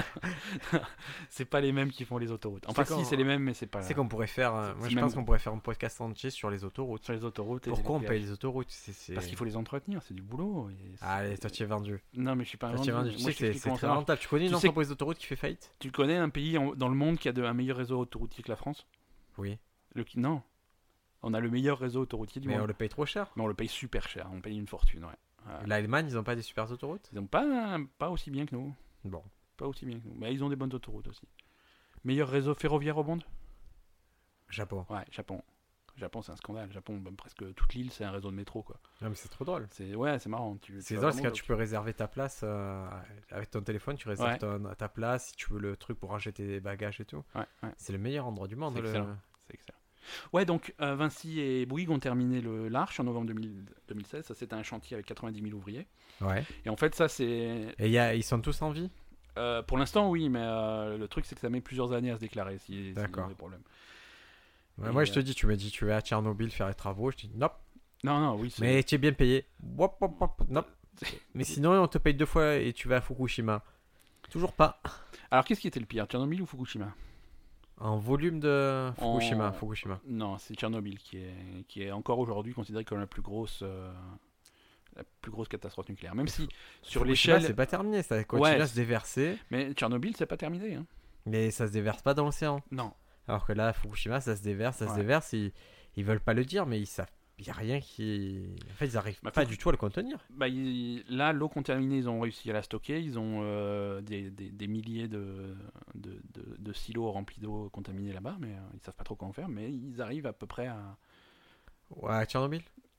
C'est pas les mêmes qui font les autoroutes. Enfin, C'est si, quand- c'est les mêmes, mais c'est pas C'est qu'on pourrait faire. euh, C'est- Moi, c'est je même- pense qu'on pourrait faire un podcast entier sur les autoroutes. sur les autoroutes. et Pourquoi les on paye péages. les autoroutes? C'est, c'est- Parce qu'il faut les entretenir, c'est du boulot. et c'est- Allez, toi, tu es vendu. Non, mais je suis pas un Toi, tu es vendu. vendu. Tu Moi, sais je que c'est, t'explique c'est comment très ça marche. rentable. Tu connais une Tu sais entreprise d'autoroute qui fait faillite? Tu connais un pays en- dans le monde qui a de- un meilleur réseau autoroutier que la France? Oui. Le, non. On a le meilleur réseau autoroutier du Mais on monde. le paye trop cher. Mais on le paye super cher, on paye une fortune, ouais. Euh, L'Allemagne, ils ont pas des super autoroutes? ils ont pas, pas aussi bien que nous. Bon. Pas aussi bien que nous. Mais ils ont des bonnes autoroutes aussi. Meilleur réseau ferroviaire au monde? Japon. Ouais, Japon. Japon, c'est un scandale. Japon, même presque toute l'île, c'est un réseau de métro, quoi. Non, mais c'est trop drôle. C'est, ouais, c'est marrant. Tu, C'est tu vas drôle, c'est vraiment quand tu peux réserver ta place euh, avec ton téléphone, tu réserves Ouais. ton- ta place, si tu veux le truc pour ranger tes bagages et tout. Ouais, ouais, C'est le meilleur endroit du monde. C'est le- excellent. c'est excellent. Ouais, donc euh, Vinci et Bouygues ont terminé le, l'Arche en novembre deux mille deux mille seize. Ça, c'était un chantier avec quatre-vingt-dix mille ouvriers. Ouais. Et en fait, ça, c'est. Et y a, ils sont tous en vie? euh, pour l'instant, oui, mais euh, le truc, c'est que ça met plusieurs années à se déclarer si, s'ils ont D'accord. des problèmes. Ouais, Et, moi, je te euh, dis, tu m'as dit, tu vas à Tchernobyl faire les travaux. Je dis, nope. Non, non, oui, c'est. Mais tu es bien payé. Wop, wop, wop, nope. Mais sinon, on te paye deux fois et tu vas à Fukushima. Toujours pas. Alors, qu'est-ce qui était le pire, Tchernobyl ou Fukushima? En volume de Fukushima. En- Fukushima. Non, c'est Tchernobyl qui est, qui est encore aujourd'hui considéré comme la plus grosse, euh, la plus grosse catastrophe nucléaire. Même si sur Fukushima, l'échelle, c'est pas terminé. Ça continue Ouais, à se déverser. mais Tchernobyl, c'est pas terminé. Hein. Mais ça se déverse pas dans l'océan. Non. Alors que là, Fukushima, ça se déverse, ça se Ouais. déverse. Ils, ils veulent pas le dire, mais ils savent. Il n'y a rien qui. En fait, ils arrivent Bah, pas Fuku- du tout à le contenir. Bah, il- là, l'eau contaminée, ils ont réussi à la stocker. Ils ont euh, des, des- des milliers de, de, de- de silos remplis d'eau contaminée là-bas, mais euh, ils savent pas trop quoi en faire. Mais ils arrivent à peu près à. Ouais, à Tchernobyl.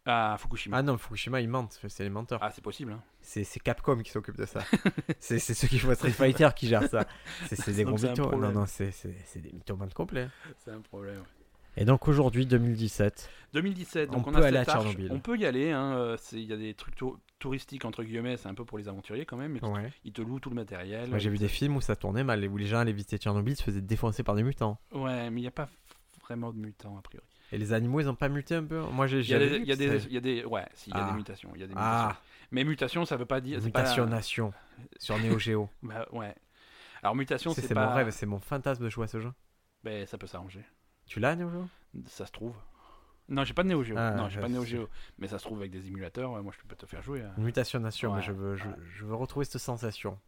Ah, Fukushima. Ah non, Fukushima, ils mentent, c'est les menteurs. Ah, c'est possible. Hein. C'est, c'est Capcom qui s'occupe de ça. c'est, c'est ceux qui font Street Fighter qui gèrent ça. C'est, c'est des Donc gros c'est un mythos. Non, problème. non, c'est, c'est, c'est des mythomanes complets. C'est un problème. Et donc aujourd'hui, deux mille dix-sept. deux mille dix-sept, donc On on, peut a aller cette à arche. Tchernobyl. On peut y aller. hein, euh, c'est- Il y a des trucs tou- touristiques, entre guillemets, c'est un peu pour les aventuriers quand même. Mais Ouais. ils te louent tout le matériel. Moi j'ai vu Ils des te- films où ça tournait mal, où les gens allaient visiter Tchernobyl se faisaient défoncer par des mutants. Ouais, mais il n'y a pas vraiment de mutants, a priori. Et les animaux, ils ont pas muté un peu? Moi j'ai Il y a j'avais des, vu il y a que des, c'était- il y a des, ouais, si, il y a Ah. des mutations, il y a des mutations. Ah, Mais mutation, ça veut pas dire, c'est Mutation pas, Nation sur Neo Geo. bah, ouais. Alors mutation, c'est, c'est c'est pas, mon rêve, c'est mon fantasme de jouer à ce jeu. ben ça peut s'arranger. Tu l'as Neo Geo? Ça se trouve. Non, j'ai pas de Neo Geo. Ah, non, j'ai ouais, pas de Neo c'est- Geo. Mais ça se trouve avec des émulateurs. ouais, Moi, je peux te faire jouer. hein. Mutation Nation, mais Ouais, je veux, je, ouais. je veux retrouver cette sensation.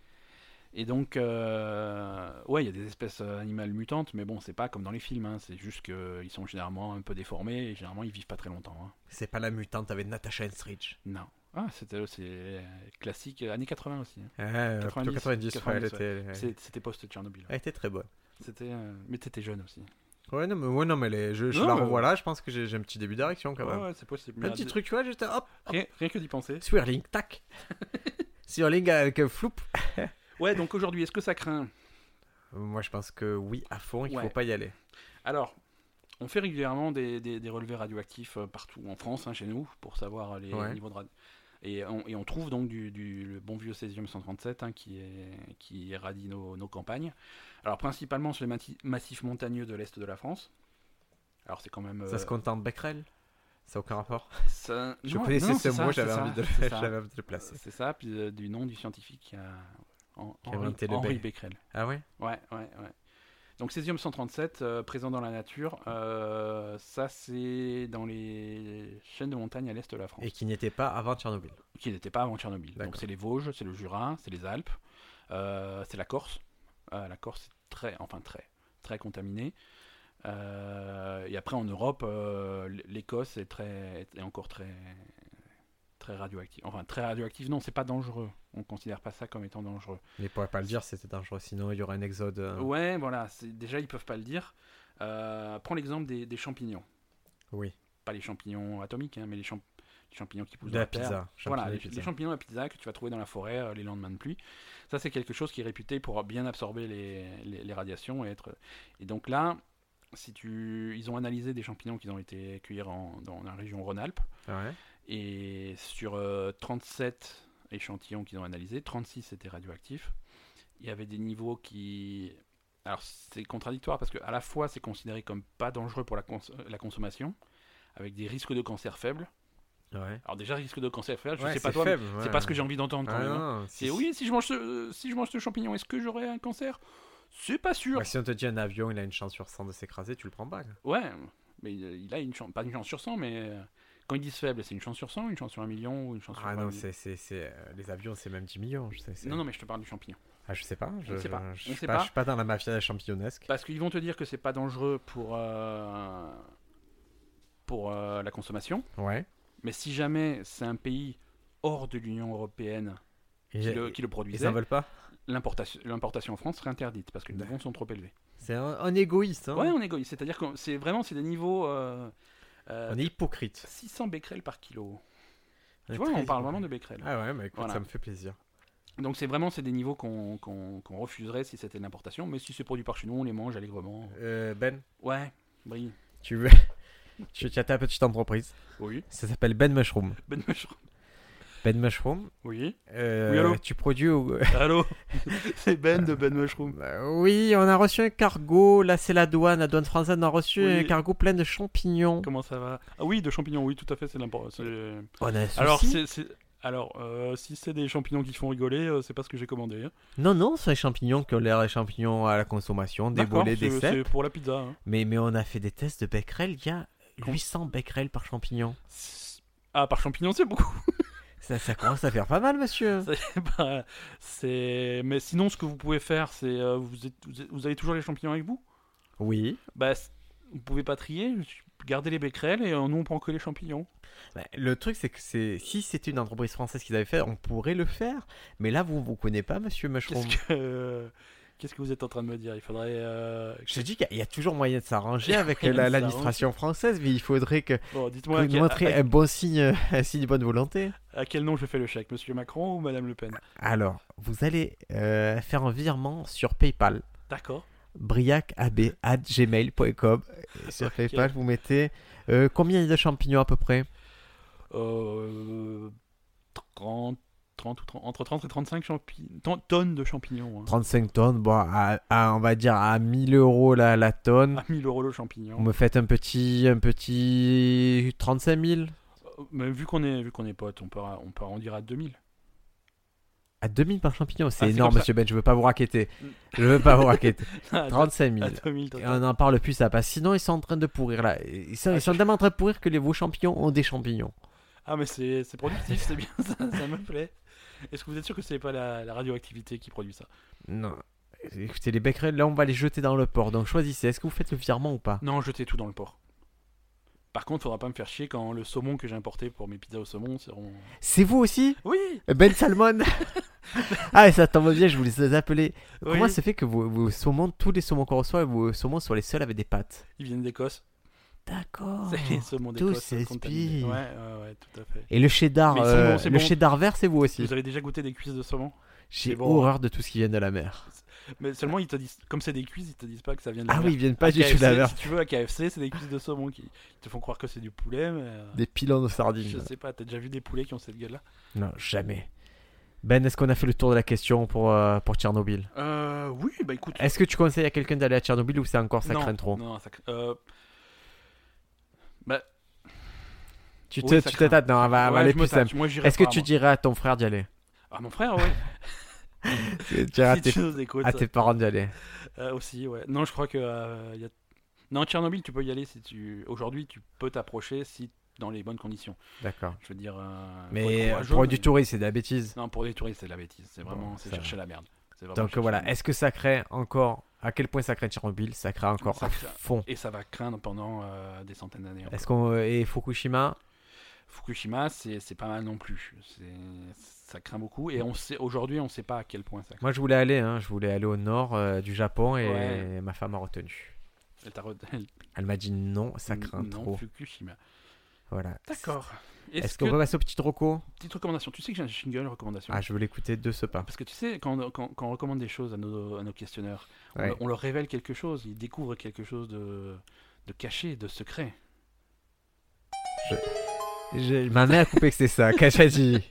Et donc, euh, ouais, il y a des espèces euh, animales mutantes, mais bon, c'est pas comme dans les films. hein, C'est juste qu'ils sont généralement un peu déformés et généralement ils vivent pas très longtemps. hein. C'est pas la mutante avec Natasha Henstridge. Non. Ah, c'était c'est euh, classique, euh, années quatre-vingts aussi. hein. Ouais, plutôt quatre-vingt-dix, quatre-vingt-dix, ouais, elle quatre-vingt-dix, était, elle- C'est- C'était post-Tchernobyl. elle était très bonne. C'était, euh, mais t'étais jeune aussi. Ouais, non, mais, ouais, non, mais les- je, je Non, la mais- revois là, je pense que j'ai, j'ai un petit début d'érection quand Ouais, même. ouais, c'est possible. Un Mais petit à- truc, tu vois, juste hop, Rien, rien que d'y penser. swirling, tac. Swirling avec un floup. Ouais, donc aujourd'hui, est-ce que ça craint? Moi, je pense que oui, à fond, il Ouais. faut pas y aller. Alors, on fait régulièrement des, des- des relevés radioactifs euh, partout en France, hein, chez nous, pour savoir les Ouais. niveaux de radio. Et on, et on trouve donc du, du- le bon vieux césium cent trente-sept hein, qui, est, qui irradie nos, nos campagnes. Alors, principalement sur les mati- massifs montagneux de l'Est de la France. Alors, c'est quand même. Ça euh, se contente Becquerel? Ça n'a aucun rapport. ça- Je non, connaissais non, ce c'est mot, ça, j'avais c'est envie, ça, de le, c'est ça. j'avais envie de le placer. C'est ça, puis euh, du nom du scientifique qui a. Hen- Qui a Henri, inventé le Henri bec. Becquerel. Ah ouais? Ouais, ouais, ouais. Donc césium cent trente-sept, euh, présent dans la nature, euh, ça c'est dans les chaînes de montagne à l'est de la France, Et qui n'y était pas avant Tchernobyl. qui n'étaient pas avant Tchernobyl. Donc D'accord. c'est les Vosges, c'est le Jura, c'est les Alpes, euh, c'est la Corse. Euh, la Corse est très, enfin très, très contaminée. Euh, et après en Europe, euh, l'Écosse est très, est encore très, très radioactive. Enfin très radioactive. Non, c'est pas dangereux. On considère pas ça comme étant dangereux. Mais ils pourraient pas le dire, c'était dangereux, sinon il y aurait un exode. euh, Ouais, voilà. c'est- Déjà, ils peuvent pas le dire. Euh, prends l'exemple des, des champignons. Oui, Pas les champignons atomiques, hein, mais les, champ- les champignons qui poussent de dans la la terre. pizza. Voilà, champignons les, de pizza. les champignons à pizza que tu vas trouver dans la forêt euh, les lendemains de pluie. Ça, c'est quelque chose qui est réputé pour bien absorber les, les- les radiations et être. Et donc là, si tu, ils ont analysé des champignons qui ont été cueillis en, dans la région Rhône-Alpes Ouais. et sur euh, trente-sept échantillons qu'ils ont analysés, trente-six étaient radioactifs. Il y avait des niveaux qui. Alors c'est contradictoire parce que à la fois c'est considéré comme pas dangereux pour la, cons- la consommation, avec des risques de cancer faibles. Ouais. Alors déjà risque de cancer faible, je Ouais, sais pas c'est toi, mais faible, c'est ouais. pas ce que j'ai envie d'entendre quand Ah, même. hein. non, non, C'est si- oui, si je mange ce, euh, si je mange ce champignon, est-ce que j'aurai un cancer? C'est pas sûr. Bah, si on te dit un avion, il a une chance sur cent de s'écraser, tu le prends pas. quoi. Ouais, mais il il a une chance, pas une chance sur cent, mais euh, quand ils disent faible, c'est une chance sur cent, une chance sur un million ou une chance sur Ah vingt non, mille. c'est, c'est, c'est, euh, les avions, c'est même dix millions. Je sais, c'est- Non, non, mais je te parle du champignon. Ah, je sais pas. Je, On sait je- pas, je on suis sait pas, pas. je suis pas dans la mafia champignonesque. Parce qu'ils vont te dire que c'est pas dangereux pour, euh, pour euh, la consommation, Ouais. mais si jamais c'est un pays hors de l'Union Européenne Et, qui le, qui le ils produisait, en veulent pas. l'importation, l'importation en France serait interdite parce que les D'accord. niveaux sont trop élevés. C'est un, un égoïste. Hein. Ouais, on est égoïste, c'est-à-dire que c'est vraiment c'est des niveaux euh, euh, On est hypocrite. six cents becquerels par kilo. On Tu est vois, très on parle hypocrite. vraiment de becquerels. Ah ouais, mais écoute, Voilà. ça me fait plaisir. Donc c'est vraiment c'est des niveaux qu'on qu'on- qu'on refuserait si c'était de l'importation, mais si c'est produit par chez nous, on les mange allègrement. Euh, ben, Ouais, brille. tu veux. Tu tu as ta petite entreprise. Oui. Ça s'appelle Ben Mushroom. Ben Mushroom. Ben Mushroom. Oui. euh, Oui, allô tu produis au... Allô. C'est Ben de Ben Mushroom. Euh, oui, on a reçu un cargo. Là, c'est la douane. La douane française on a reçu Oui. un cargo plein de champignons. Comment ça va? Ah oui, de champignons. Oui, tout à fait, c'est l'important. On a un souci. Alors c'est c'est- alors euh, si c'est des champignons qui font rigoler, euh, c'est pas ce que j'ai commandé. hein. Non, non, c'est des champignons qui ont l'air des champignons à la consommation, des D'accord, bolets, des c'est- cèpes. C'est pour la pizza. hein. Mais, mais on a fait des tests de becquerel. Il y a Com- huit cents becquerels par champignon. Ah, par champignon, c'est beaucoup. Ça, ça commence à faire pas mal, monsieur. C'est pas- c'est- Mais sinon, ce que vous pouvez faire, c'est euh, vous, êtes- vous êtes- vous avez toujours les champignons avec vous. Oui. Bah, c- vous pouvez pas trier. Gardez les becquerels et euh, nous on prend que les champignons. Bah, le truc, c'est que c'est si c'était une entreprise française qui l'avait fait, on pourrait le faire. Mais là, vous vous connaissez pas, monsieur Mushroom. Qu'est-ce que euh, Qu'est-ce que vous êtes en train de me dire? Il faudrait. Euh... Je te dis qu'il y, a- il y a toujours moyen de s'arranger avec moyen de la- l'administration française, mais il faudrait que Bon, que dites-moi à vous quel, montriez à- un bon signe, un signe de bonne volonté. à quel nom je fais le chèque, Monsieur Macron ou Madame Le Pen? Alors, vous allez euh, faire un virement sur PayPal. D'accord. briacab arobase gmail point com. Et Sur Ok. PayPal, vous mettez euh, combien de champignons à peu près? Euh, trente, trente ou trente, entre trente et trente-cinq champi... ton- tonnes de champignons. Hein. trente-cinq tonnes, bon, à, à- on va dire à mille euros la, la tonne. À mille euros le champignon. Vous me faites un petit, un petit trente-cinq mille Euh, Mais vu qu'on est, vu qu'on est potes, on peut, on peut arrondir à deux mille. à deux mille par champignon. C'est Ah, c'est énorme, comme ça. monsieur Ben. Je veux pas vous raqueter. Je veux pas vous raqueter. À trente-cinq à mille. deux mille Et total. on n'en parle plus, ça passe. Sinon, ils sont en train de pourrir là. Ils sont, Ah, ils sont je- tellement en train de pourrir que les, vos champignons ont des champignons. Ah, mais c'est, c'est productif, c'est bien, ça, ça me plaît. Est-ce que vous êtes sûr que c'est pas la, la radioactivité qui produit ça? Non. Écoutez, les becquerels, là, on va les jeter dans le port. Donc choisissez. Est-ce que vous faites le virement ou pas? Non, jetez tout dans le port. Par contre, faudra pas me faire chier quand le saumon que j'ai importé pour mes pizzas au saumon seront. C'est vous aussi? Oui. Ben Salmon. Ah, et ça tombe bien, je voulais vous appeler. Oui. Comment ça fait que vos, vos saumons, tous les saumons qu'on reçoit, vos saumons sont les seuls avec des pattes? Ils viennent d'Écosse. D'accord. C'est les saumons tout d'Écosse s'explique. contaminés. Ouais, ouais, ouais, tout à fait. Et le cheddar, Mais ils sont euh, bons, c'est le bon. cheddar vert, c'est vous aussi? Vous avez déjà goûté des cuisses de saumon? J'ai c'est bon. horreur de tout ce qui vient de la mer. Mais seulement ils te disent, comme c'est des cuisses, ils te disent pas que ça vient de la Ah mer. oui, ils viennent pas À du K F C, cheddar vert. Si tu veux, à K F C, c'est des cuisses de saumon qui qui te font croire que c'est du poulet, mais. euh, Des pilons de Je sardines. sais pas, t'as déjà vu des poulets qui ont cette gueule-là? Non, jamais. Ben, est-ce qu'on a fait le tour de la question pour, euh, pour Tchernobyl? Euh, oui, bah écoute. Est-ce que tu conseilles à quelqu'un d'aller à Tchernobyl ou c'est encore ça non, craint trop? Non, ça craint. Euh... Bah, Tu oui, te, ça tu craint. te tâtes, non, on va, on va ouais, aller je me plus tâte. simple. Moi, j'irai Est-ce que pas, tu moi. dirais à ton frère d'y aller? Ah, mon frère, ouais. Tu dirais à Si tes, tu nous écoutes. à tes parents d'y aller? Euh, aussi, ouais. Non, je crois que. euh, y a... Non, Tchernobyl, tu peux y aller si tu. Aujourd'hui, tu peux t'approcher si dans les bonnes conditions. D'accord. Je veux dire. euh, faut être Mais courageux, pour mais- du tourisme, c'est de la bêtise. Non, pour des touristes, c'est de la bêtise. C'est vraiment. Bon, c'est ça chercher va. la merde. C'est vraiment Donc chercher la voilà, merde. est-ce que ça crée encore... À quel point ça crée Tchernobyl? Ça crée encore Ça à craint. fond. Et ça va craindre pendant euh, des centaines d'années. Est-ce encore. qu'on... Et Fukushima? Fukushima, c'est c'est pas mal non plus. C'est ça craint beaucoup. Et on sait aujourd'hui, on sait pas à quel point ça craint. Moi, je voulais aller, hein. Je voulais aller au nord euh, du Japon et Ouais. ma femme a retenu. Elle t'a re- elle- Elle m'a dit non, ça craint non, trop. Fukushima. Voilà. D'accord. Est-ce, Est-ce qu'on que peut passer aux petites recos? petite recommandation. Tu sais que j'ai un jingle recommandation. Ah, je veux l'écouter de ce pas. Parce que tu sais, quand, on- quand, quand on recommande des choses à nos, à nos questionneurs, on, Ouais. leur- on leur révèle quelque chose, ils découvrent quelque chose de, de caché, de secret. Je- Ma mère a coupé que c'est ça. Qu'est-ce qu'elle dit?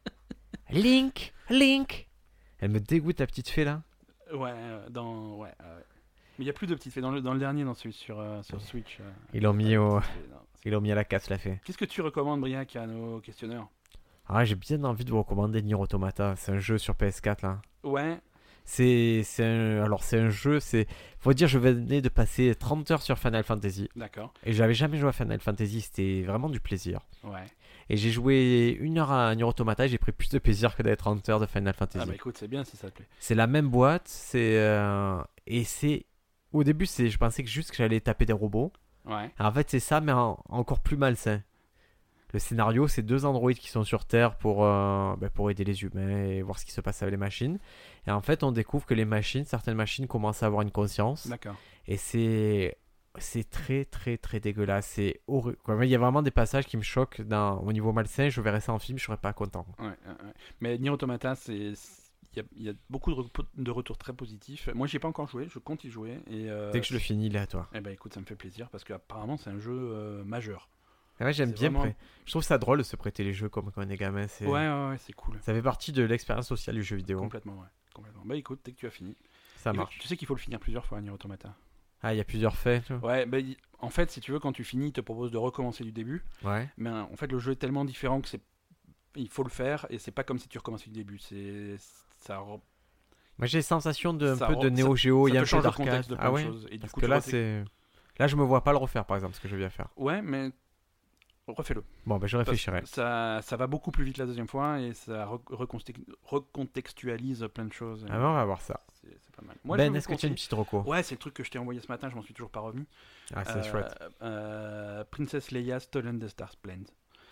Link, Link. Elle me dégoûte la petite fée là. Ouais, euh, dans. Ouais, euh, ouais. Mais il n'y a plus de petites fées. Dans le, dans le dernier, dans celui sur, euh, sur Switch. euh, Ils l'ont mis au, petite fée, non. ils l'ont mis à la casse la fée. Qu'est-ce que tu recommandes, Briac, à nos questionneurs? Ah, j'ai bien envie de vous recommander Nier Automata. C'est un jeu sur P S quatre là. Ouais, C'est, c'est un, alors c'est un jeu. C'est, faut dire, je venais de passer trente heures sur Final Fantasy d'accord. et j'avais jamais joué à Final Fantasy. C'était vraiment du plaisir. Ouais. Et j'ai joué une heure à Nier Automata et j'ai pris plus de plaisir que d'être trente heures de Final Fantasy. Ah bah écoute, c'est bien si ça te plaît. C'est la même boîte, c'est euh, et c'est au début c'est je pensais que juste que j'allais taper des robots. Ouais. En fait, c'est ça mais en- encore plus malsain. Le scénario, c'est deux androïdes qui sont sur Terre pour euh, bah, pour aider les humains et voir ce qui se passe avec les machines. Et en fait, on découvre que les machines, certaines machines commencent à avoir une conscience D'accord. et c'est c'est très très très dégueulasse, c'est horrible. quoi. Il y a vraiment des passages qui me choquent dans, au niveau malsain, je verrais ça en film, je serais pas content. Ouais, ouais, ouais. Mais Nier Automata, c'est. Il y, a, il y a beaucoup de, repo- de retours très positifs. Moi, j'y ai pas encore joué, je compte y jouer. Et, euh, Dès que je le finis, il est à toi. Eh ben écoute, ça me fait plaisir parce qu'apparemment, c'est un jeu euh, majeur. Ah ouais, j'aime C'est bien. vraiment- pré- Je trouve ça drôle de se prêter les jeux comme quand on est gamin. C'est... Ouais, ouais, ouais, c'est cool. Ça fait partie de l'expérience sociale du jeu vidéo. Complètement, ouais. Complètement. Bah écoute, dès que tu as fini. Ça Et marche. Tu sais qu'il faut le finir plusieurs fois, Nier Automata. Ah, il y a plusieurs faits. tu vois. Ouais, bah, il- en fait, si tu veux, quand tu finis, il te propose de recommencer du début. Ouais. Mais euh, en fait, le jeu est tellement différent que c'est. Il faut le faire et c'est pas comme si tu recommençais du début. C'est. Ça, re- Moi, j'ai la sensation de un Ça peu re- de Neo Geo, ça il y a te un peu change le d'arcade. contexte de plein Ah de ouais. choses. Et du Parce coup, que tu là, vois, t'es- c'est. Là, je me vois pas le refaire, par exemple, ce que je viens faire. Ouais, mais. Refais-le. Bon, ben, je réfléchirai. Ça, ça va beaucoup plus vite la deuxième fois et ça re- reconste- recontextualise plein de choses. Ah, ben, on va voir ça. C'est c'est pas mal. Moi, je Ben, vais est-ce vous que tu as une conseiller- petite reco? Ouais, c'est le truc que je t'ai envoyé ce matin, je m'en suis toujours pas remis. Ah, c'est Euh, chouette. euh, Princess Leia Stolen the Star Splendid.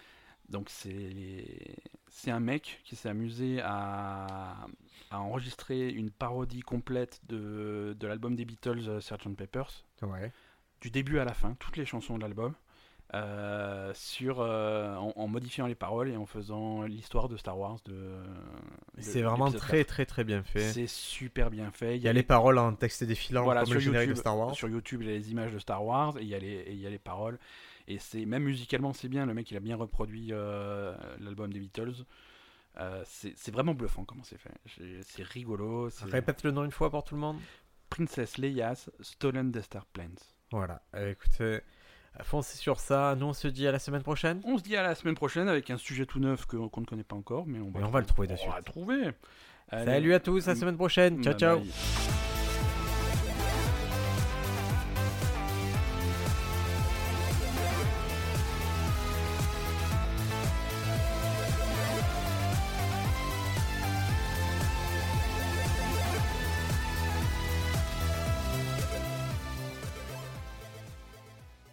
Donc c'est c'est un mec qui s'est amusé à, à enregistrer une parodie complète de, de l'album des Beatles, euh, sergent Pepper's, Ouais. du début à la fin, toutes les chansons de l'album, euh, sur, euh, en, en modifiant les paroles et en faisant l'histoire de Star Wars. De, de C'est vraiment l'épisode très quatre. très très bien fait. C'est super bien fait. Il y a les paroles en texte défilant Voilà, comme sur le générique YouTube, de Star Wars. Sur YouTube, il y a les images de Star Wars et il y a les, et il y a les paroles. Et c'est, même musicalement, c'est bien. Le mec, il a bien reproduit euh, l'album des Beatles. Euh, c'est, c'est vraiment bluffant comment c'est fait. C'est, c'est rigolo. C'est... Répète le nom une fois pour tout le monde. Princess Leia's Stolen Death Star Plans. Voilà, euh, écoutez, foncez sur ça. Nous, on se dit à la semaine prochaine. On se dit à la semaine prochaine avec un sujet tout neuf que, qu'on ne connaît pas encore. Mais on va, Mais on va le trouver de on suite. va le trouver. Allez. Salut à tous, à la semaine prochaine. Ciao, Bye ciao. bye.